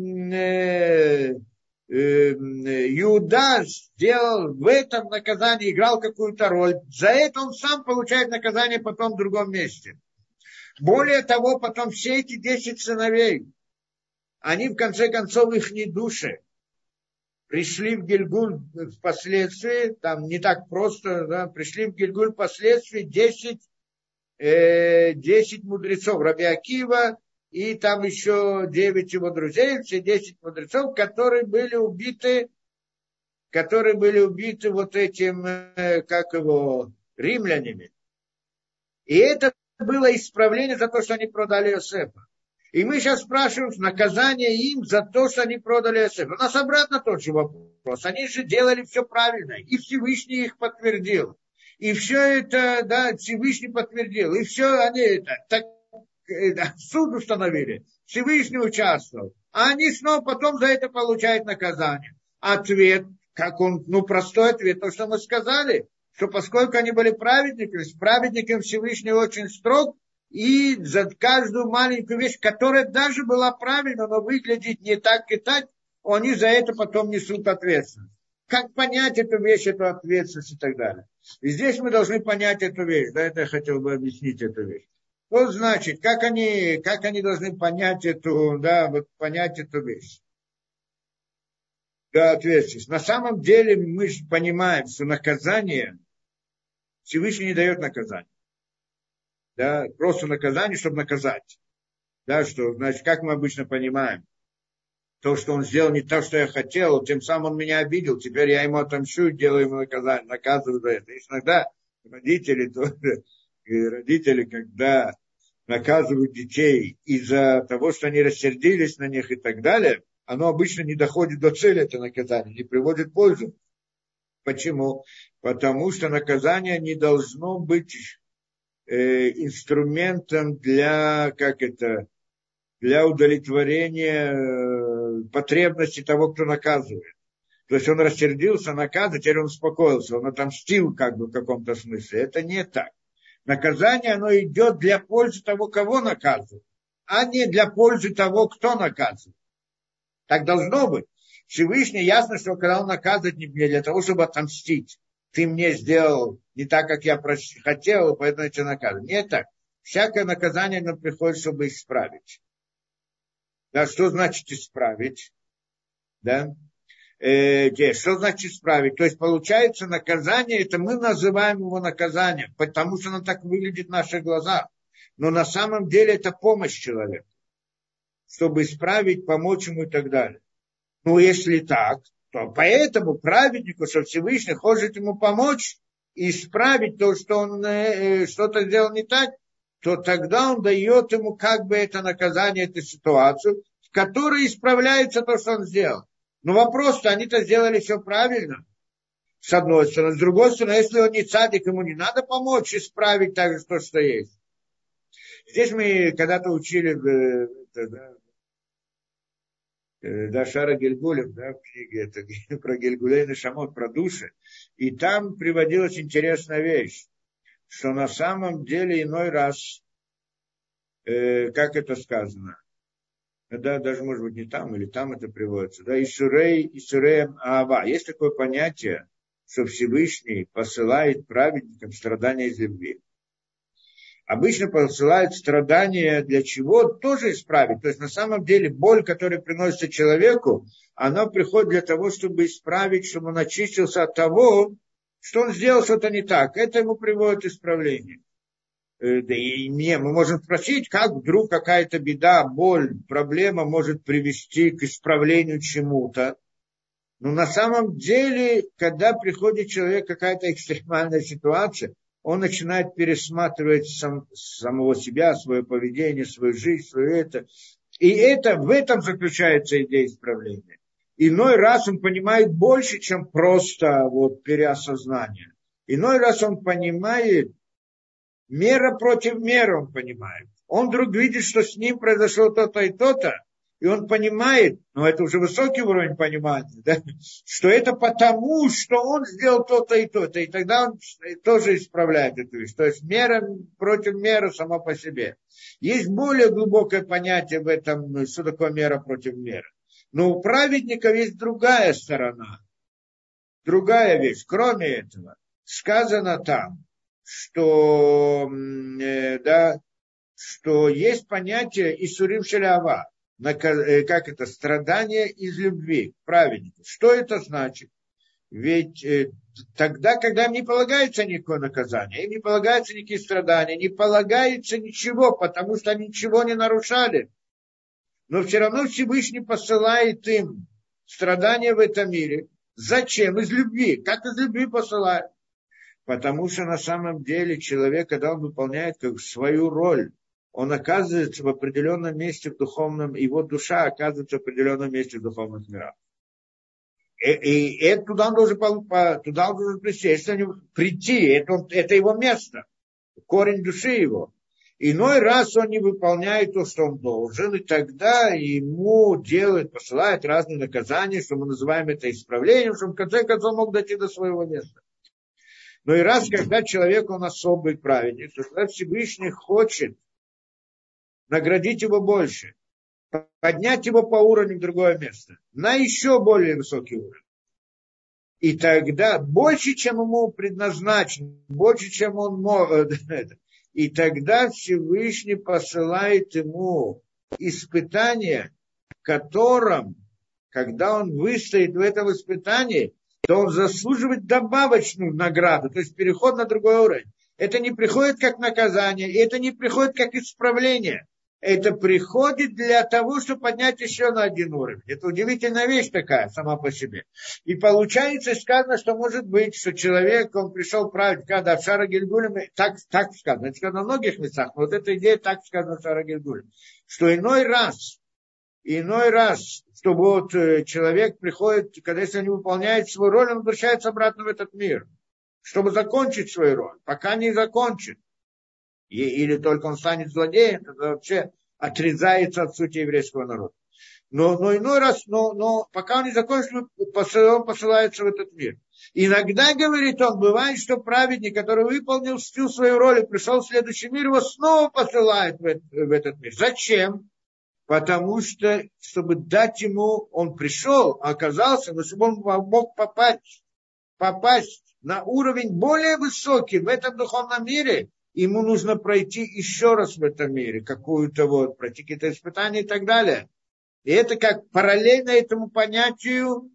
Иуда сделал в этом наказании, играл какую-то роль. За это он сам получает наказание потом в другом месте. Более того, потом все эти 10 сыновей, они в конце концов их не души. Пришли в Гильгуль впоследствии, там не так просто, да, пришли в Гильгуль впоследствии 10 мудрецов, Раби Акива, и там еще 9 его друзей, все 10 мудрецов, которые были убиты вот этим, римлянами. И это было исправление за то, что они продали Иосифа. И мы сейчас спрашиваем наказание им за то, что они продали Иосифа. У нас обратно тот же вопрос. Они же делали все правильно, и Всевышний их подтвердил. И все это, да, Всевышний подтвердил. И все они это, так, суд установили. Всевышний участвовал. А они снова потом за это получают наказание. Ответ, как он, простой ответ, то, что мы сказали, что поскольку они были праведниками, с праведником Всевышний очень строг, и за каждую маленькую вещь, которая даже была правильна, но выглядит не так и так, они за это потом несут ответственность. Как понять эту вещь, эту ответственность и так далее. И здесь мы должны понять эту вещь. Да, это я хотел бы объяснить эту вещь. Что значит, как они должны понять понять эту вещь? Да, ответственность. На самом деле мы же понимаем, что наказание, Всевышний не дает наказание. Да, просто наказание, чтобы наказать. Да, что, значит, как мы обычно понимаем, то, что он сделал не то, что я хотел, тем самым он меня обидел, теперь я ему отомщу и делаю ему наказание, наказываю за это. И иногда родители, когда наказывают детей из-за того, что они рассердились на них и так далее, оно обычно не доходит до цели, это наказание, не приводит пользу. Почему? Потому что наказание не должно быть инструментом для удовлетворения потребностей того, кто наказывает. То есть он рассердился, наказывает, теперь он успокоился, он отомстил в каком-то смысле. Это не так. Наказание, оно идет для пользы того, кого наказывает, а не для пользы того, кто наказывает. Так должно быть. Всевышний ясно, что когда он наказывает не для того, чтобы отомстить. Ты мне сделал не так, как я хотел, поэтому я тебя наказываю. Не так. Всякое наказание нам приходит, чтобы исправить. Да, что значит исправить? Да? Что значит исправить? То есть получается наказание, это мы называем его наказанием, потому что оно так выглядит в наших глазах. Но на самом деле это помощь человеку, чтобы исправить, помочь ему и так далее. Ну, если так, то поэтому праведнику, что Всевышний хочет ему помочь и исправить то, что он что-то сделал не так, то тогда он дает ему как бы это наказание, эту ситуацию, в которой исправляется то, что он сделал. Но вопрос-то, они-то сделали все правильно, с одной стороны. С другой стороны, если он не цадик, ему не надо помочь исправить так же то, что есть. Здесь мы когда-то учили Шара Гильгулем, да, в книге про Гильгулей Нешамот, про души. И там приводилась интересная вещь, что на самом деле иной раз, как это сказано, да, даже, может быть, не там, или там это приводится, да, Исуреем Аава. Есть такое понятие, что Всевышний посылает праведникам страдания из любви. Обычно посылают страдания для чего? Тоже исправить. То есть, на самом деле, боль, которая приносится человеку, она приходит для того, чтобы исправить, чтобы он очистился от того, что он сделал что-то не так. Это ему приводит исправление. Да и мы можем спросить, как вдруг какая-то беда, боль, проблема может привести к исправлению чему-то. Но на самом деле, когда приходит человек, какая-то экстремальная ситуация, он начинает пересматривать самого себя, свое поведение, свою жизнь, свое это. И в этом заключается идея исправления. Иной раз он понимает больше, чем просто переосознание. Иной раз он понимает, мера против меры он понимает. Он вдруг видит, что с ним произошло то-то и то-то, и он понимает, но это уже высокий уровень понимания, да, что это потому, что он сделал то-то и то-то, и тогда он тоже исправляет эту вещь. То есть мера против меры сама по себе. Есть более глубокое понятие в этом, что такое мера против меры. Но у праведников есть другая сторона, другая вещь. Кроме этого, сказано там, что есть понятие Исурим Шелява, как это, страдание из любви, праведников. Что это значит? Ведь тогда, когда им не полагается никакое наказание, им не полагаются никакие страдания, не полагается ничего, потому что они ничего не нарушали. Но все равно Всевышний посылает им страдания в этом мире. Зачем? Из любви. Как из любви посылает? Потому что на самом деле человек, когда он выполняет как свою роль, он оказывается в определенном месте в духовном, его душа оказывается в определенном месте в духовных мирах. И туда он должен прийти. Если он прийти, это его место, корень души его. Иной раз он не выполняет то, что он должен, и тогда ему посылают разные наказания, что мы называем это исправлением, чтобы в конце концов мог дойти до своего места. Но и раз, когда человек, он особый праведник, то тогда Всевышний хочет наградить его больше, поднять его по уровню в другое место, на еще более высокий уровень. И тогда больше, чем ему предназначено, больше, чем он может, и тогда Всевышний посылает ему испытание, в котором, когда он выстоит в этом испытании, то он заслуживает добавочную награду, то есть переход на другой уровень. Это не приходит как наказание, и это не приходит как исправление. Это приходит для того, чтобы поднять еще на один уровень. Это удивительная вещь такая, сама по себе. И получается, сказано, что может быть, что человек, он пришел править, когда в Шара Гильгулем, так сказано, это сказано на многих местах, но вот эта идея так сказана в Шара Гильгулем, что иной раз, что человек приходит, когда если он не выполняет свою роль, он возвращается обратно в этот мир, чтобы закончить свою роль, пока не закончит. Или только он станет злодеем, это вообще отрезается от сути еврейского народа. Но иной раз, пока он не закончит, он посылается в этот мир. Иногда, говорит он, бывает, что праведник, который выполнил всю свою роль и пришел в следующий мир, его снова посылают в этот мир. Зачем? Потому что, чтобы дать ему, он пришел, оказался, но чтобы он мог попасть на уровень более высокий в этом духовном мире, ему нужно пройти еще раз в этом мире, пройти какие-то испытания и так далее. И это как параллельно этому понятию,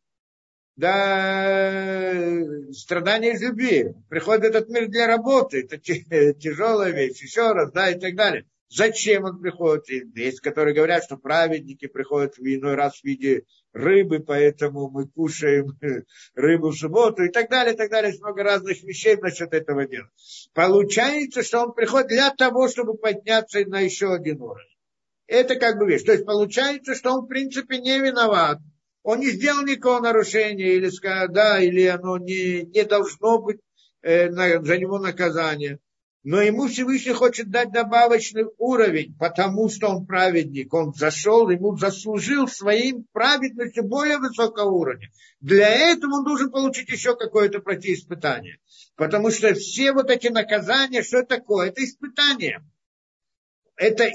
страдания из любви. Приходит в этот мир для работы, это тяжелая вещь, еще раз, и так далее. Зачем он приходит? Есть, которые говорят, что праведники приходят иной раз в виде рыбы, поэтому мы кушаем рыбу в субботу и так далее, и так далее. Есть много разных вещей насчет этого дела. Получается, что он приходит для того, чтобы подняться на еще один уровень. Это как бы вещь. То есть получается, что он в принципе не виноват. Он не сделал никакого нарушения, или оно не должно быть за него наказание. Но ему Всевышний хочет дать добавочный уровень, потому что он праведник. Он ему заслужил своим праведностью более высокого уровня. Для этого он должен получить еще какое-то пройти испытание. Потому что все эти наказания, что это такое? Это испытание. Это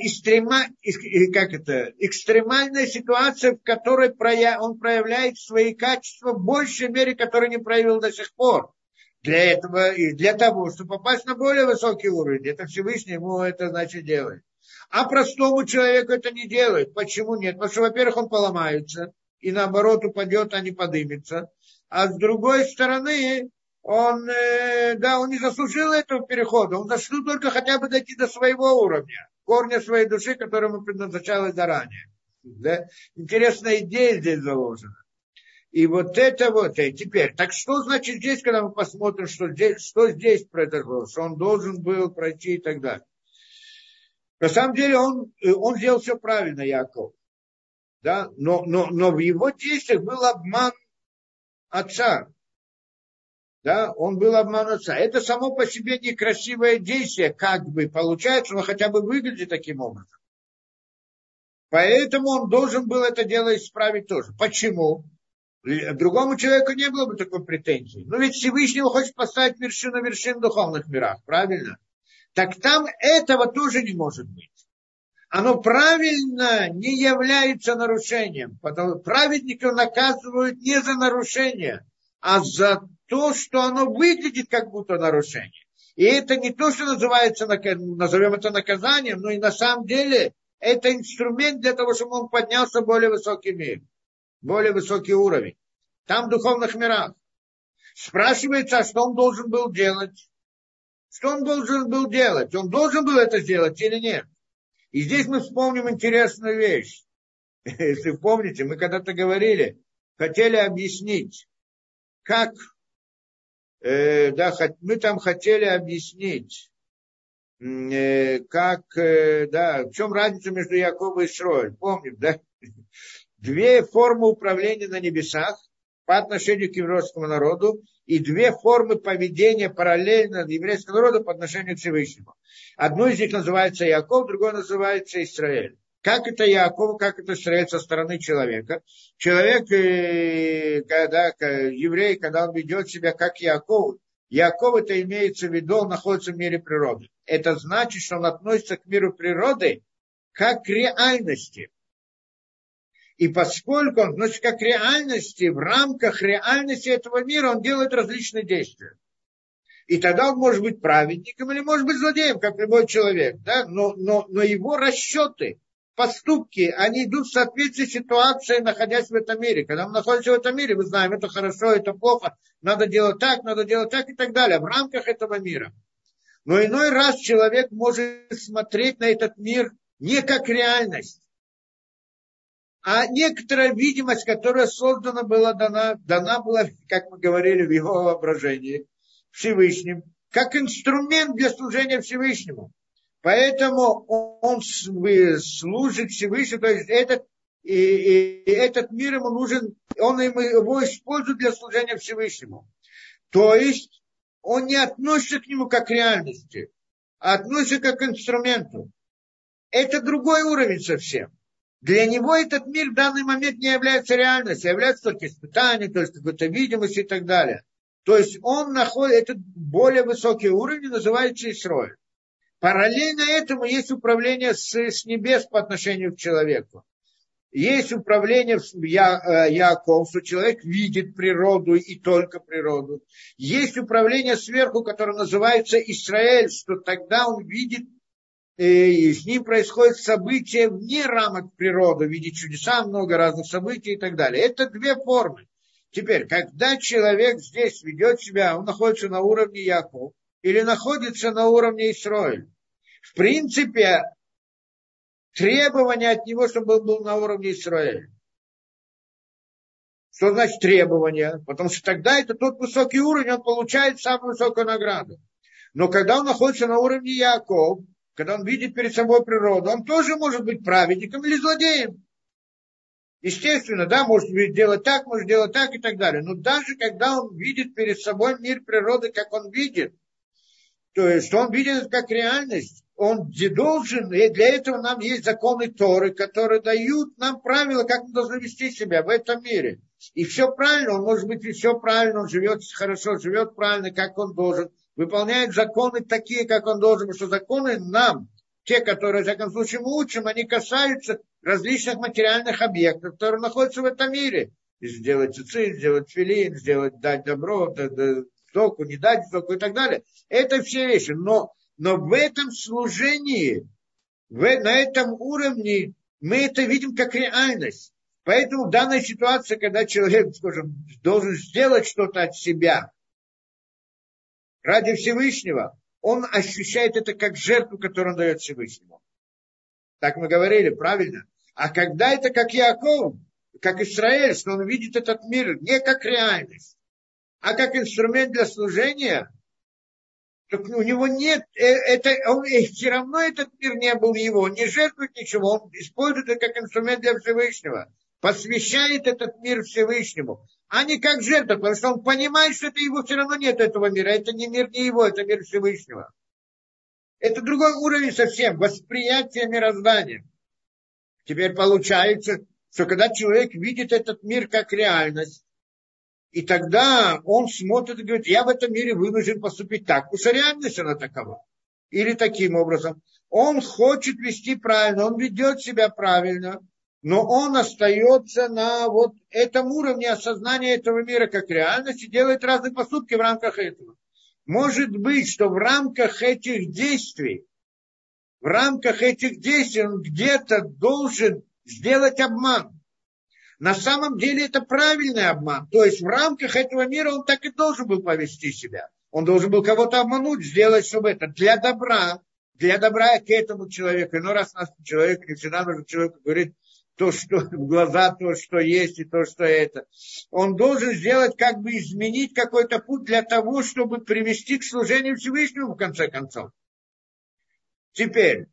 экстремальная ситуация, в которой он проявляет свои качества в большей мере, которые не проявил до сих пор. Для этого и для того, чтобы попасть на более высокий уровень. Это Всевышний ему это значит делает. А простому человеку это не делает. Почему нет? Потому что, во-первых, он поломается, и наоборот упадет, а не подымется. А с другой стороны, он не заслужил этого перехода. Он заслужил только хотя бы дойти до своего уровня, корня своей души, которому предназначалось заранее. Да? Интересная идея здесь заложена. И вот это вот, и теперь, так что значит здесь, когда мы посмотрим, что здесь произошло, что он должен был пройти и так далее. На самом деле он сделал все правильно, Яков. Да? Но в его действиях был обман отца. Да? Он был обман отца. Это само по себе некрасивое действие, как бы получается, но хотя бы выглядит таким образом. Поэтому он должен был это дело исправить тоже. Почему? Другому человеку не было бы такой претензии. Но ведь Всевышний хочет поставить вершину вершин в духовных мирах, правильно? Так там этого тоже не может быть. Оно правильно не является нарушением. Потому что праведников наказывают не за нарушение, а за то, что оно выглядит как будто нарушение. И это не то, что называется, назовем это наказанием, но и на самом деле это инструмент для того, чтобы он поднялся в более высокий мир, более высокий уровень. Там в духовных мирах. Спрашивается, а что он должен был делать? Что он должен был делать? Он должен был это сделать или нет? И здесь мы вспомним интересную вещь. Если помните, мы когда-то говорили, хотели объяснить, как, мы там хотели объяснить, как, в чем разница между Яковом и Исроэлем. Помним, да? Две формы управления на небесах по отношению к еврейскому народу и две формы поведения параллельно еврейскому народу по отношению к Всевышнему. Одно из них называется Яков, другое называется Исраэль. Как это Яков, как это Исраэль со стороны человека? Человек, еврей, когда он ведет себя как Яков, Яков это имеется в виду, он находится в мире природы. Это значит, что он относится к миру природы как к реальности. И поскольку он относится как к реальности, в рамках реальности этого мира он делает различные действия. И тогда он может быть праведником или может быть злодеем, как любой человек. Да? Но его расчеты, поступки, они идут в соответствии с ситуацией, находясь в этом мире. Когда мы находимся в этом мире, мы знаем, это хорошо, это плохо, надо делать так и так далее, в рамках этого мира. Но иной раз человек может смотреть на этот мир не как реальность, а некоторая видимость, которая создана была, дана была, как мы говорили, в его воображении, Всевышним, как инструмент для служения Всевышнему. Поэтому он служит Всевышнему, то есть этот мир ему нужен, он его использует для служения Всевышнему. То есть он не относится к нему как к реальности, а относится как к инструменту. Это другой уровень совсем. Для него этот мир в данный момент не является реальностью, является только испытанием, то есть какой-то видимостью и так далее. То есть он находит, этот более высокий уровень, называется Исроэль. Параллельно этому есть управление с небес по отношению к человеку. Есть управление Яков, что человек видит природу и только природу. Есть управление сверху, которое называется Исраэль, что тогда он видит, и с ним происходят события вне рамок природы, видит чудеса, много разных событий и так далее. Это две формы. Теперь, когда человек здесь ведет себя, он находится на уровне Яков или находится на уровне Исроэль. В принципе, требование от него, чтобы он был на уровне Исроэль. Что значит требование? Потому что тогда это тот высокий уровень, он получает самую высокую награду. Но когда он находится на уровне Яков, когда он видит перед собой природу, он тоже может быть праведником или злодеем. Естественно, да, может делать так и так далее. Но даже когда он видит перед собой мир природы, как он видит, то есть, что он видит это как реальность, он должен, и для этого нам есть законы Торы, которые дают нам правила, как мы должны вести себя в этом мире. И все правильно, он может быть и все правильно, он живет хорошо, живет правильно, как он должен, выполняет законы такие, как он должен, потому что законы нам, те, которые, в всяком случае, мы учим, они касаются различных материальных объектов, которые находятся в этом мире. Сделать цицит, сделать филин, дать добро, сдоку, не дать сдоку и так далее. Это все вещи. Но в этом служении, на этом уровне мы это видим как реальность. Поэтому в данной ситуации, когда человек, скажем, должен сделать что-то от себя ради Всевышнего, он ощущает это как жертву, которую он дает Всевышнему. Так мы говорили, правильно? А когда это как Яков, как Израиль, что он видит этот мир не как реальность, а как инструмент для служения, то у него нет, все равно этот мир не был его, он не жертвует ничего, он использует это как инструмент для Всевышнего, посвящает этот мир Всевышнему, а не как жертва, потому что он понимает, что это его все равно нет этого мира, это не мир не его, это мир Всевышнего. Это другой уровень совсем, восприятие мироздания. Теперь получается, что когда человек видит этот мир как реальность, и тогда он смотрит и говорит, я в этом мире вынужден поступить так, потому что реальность она такова. Или таким образом. Он хочет вести правильно, он ведет себя правильно, но он остается на вот этом уровне осознания этого мира как реальности, делает разные поступки в рамках этого. Может быть, что в рамках этих действий он где-то должен сделать обман. На самом деле это правильный обман. То есть в рамках этого мира он так и должен был повести себя. Он должен был кого-то обмануть, сделать, чтобы это для добра к этому человеку. Но раз нас человек, не всегда нужно человеку говорить то, что в глаза, то, что есть, и то, что это. Он должен сделать, как бы изменить какой-то путь для того, чтобы привести к служению Всевышнему в конце концов. Теперь,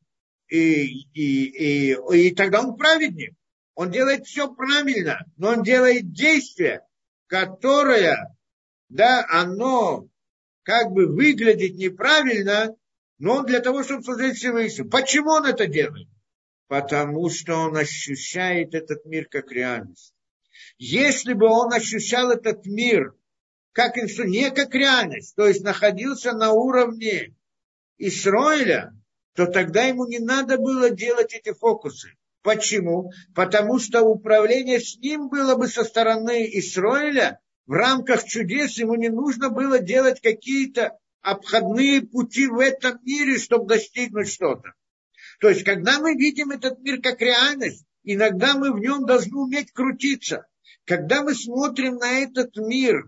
и тогда он праведник. Он делает все правильно, но он делает действие, которое, да, оно как бы выглядит неправильно, но он для того, чтобы служить Всевышнему. Почему он это делает? Потому что он ощущает этот мир как реальность. Если бы он ощущал этот мир как не как реальность, то есть находился на уровне Исроиля, то тогда ему не надо было делать эти фокусы. Почему? Потому что управление с ним было бы со стороны Исроиля, в рамках чудес ему не нужно было делать какие-то обходные пути в этом мире, чтобы достигнуть что-то. То есть, когда мы видим этот мир как реальность, иногда мы в нем должны уметь крутиться. Когда мы смотрим на этот мир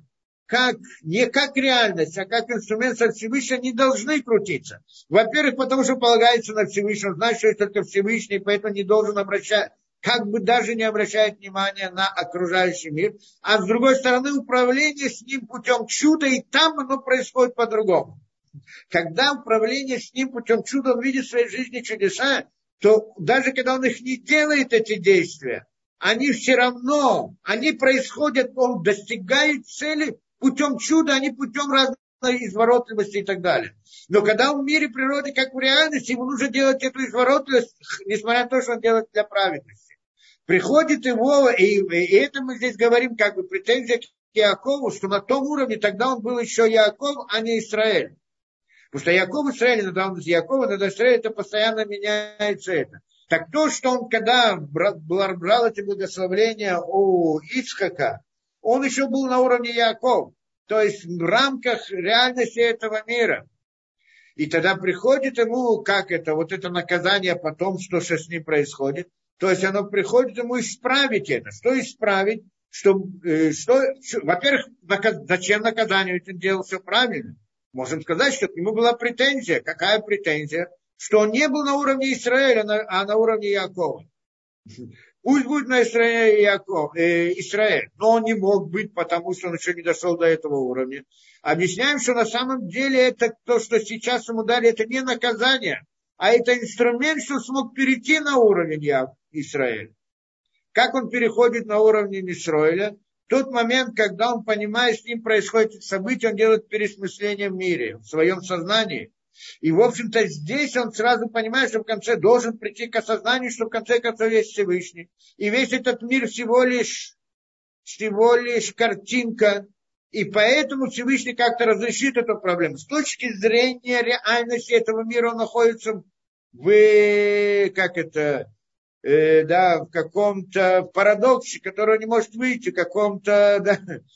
не как реальность, а как инструмент со Всевышним, не должны крутиться. Во-первых, потому что полагается на Всевышнего, знает, что это только Всевышний, поэтому не должен обращать, как бы даже не обращает внимания на окружающий мир. А с другой стороны, управление с ним путем чуда, и там оно происходит по-другому. Когда управление с ним путем чуда, он видит в своей жизни чудеса, то даже когда он их не делает, эти действия, они все равно, они происходят, он достигает цели путем чуда, а не путем разной изворотливости и так далее. Но когда он в мире природы, как в реальности, ему нужно делать эту изворотливость, несмотря на то, что он делает для праведности. Приходит его, и это мы здесь говорим, как бы претензия к Яакову, что на том уровне тогда он был еще Яаков, а не Израиль. Потому что Яаков Израиль, иногда он из Яакова, иногда Израиль, это постоянно меняется это. Так то, что он, когда брал эти благословения у Ицхака, он еще был на уровне Яакова, то есть в рамках реальности этого мира. И тогда приходит ему, как это, вот это наказание потом, что с ним происходит. То есть оно приходит ему исправить это. Что исправить? Во-первых, зачем наказание? Ведь он делал все правильно. Можем сказать, что к нему была претензия. Какая претензия? Что он не был на уровне Израиля, а на уровне Яакова. Пусть будет на Израиль, но он не мог быть, потому что он еще не дошел до этого уровня. Объясняем, что на самом деле это то, что сейчас ему дали, это не наказание, а это инструмент, что смог перейти на уровень Израиля. Как он переходит на уровень Израиля? В тот момент, когда он понимает, с ним происходит событие, он делает пересмысление в мире, в своем сознании. И, в общем-то, здесь он сразу понимает, что в конце должен прийти к осознанию, что в конце концов есть Всевышний. И весь этот мир всего лишь картинка. И поэтому Всевышний как-то разрешит эту проблему. С точки зрения реальности этого мира он находится в каком-то парадоксе, который не может выйти, в каком-то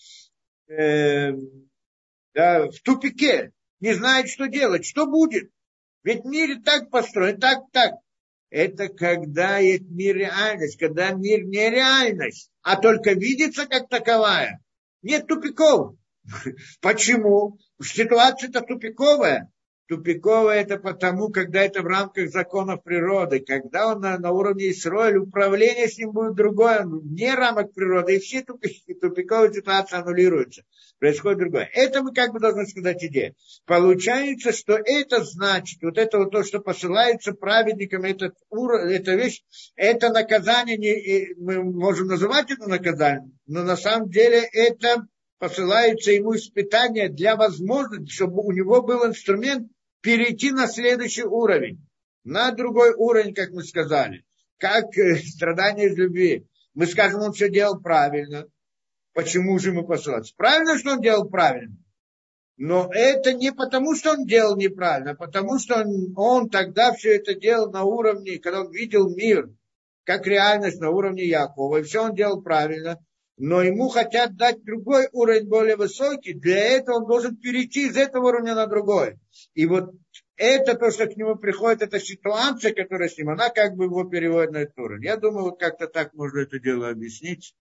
в тупике. Не знает, что делать, что будет. Ведь мир так построен, так. Это когда есть мир реальность, когда мир не реальность, а только видится как таковая. Нет тупиков. Почему? Ситуация-то тупиковая. Тупиковое это потому, когда это в рамках законов природы. Когда он на уровне Исроэль, управление с ним будет другое, вне рамок природы. И все тупиковые ситуации аннулируются. Происходит другое. Это мы как бы должны сказать идея. Получается, что это значит, вот это вот то, что посылается праведникам, эта вещь, это наказание, мы можем называть это наказанием, но на самом деле это посылается ему испытание для возможности, чтобы у него был инструмент перейти на следующий уровень, на другой уровень, как мы сказали, как страдание из любви. Мы скажем, он все делал правильно. Почему же мы посылаться? Правильно, что он делал правильно. Но это не потому, что он делал неправильно, а потому, что он тогда все это делал на уровне, когда он видел мир, как реальность на уровне Якова. И все он делал правильно. Но ему хотят дать другой уровень, более высокий. Для этого он должен перейти из этого уровня на другой. И вот это то, что к нему приходит, эта ситуация, которая с ним, она как бы его переводит на этот уровень. Я думаю, вот как-то так можно это дело объяснить.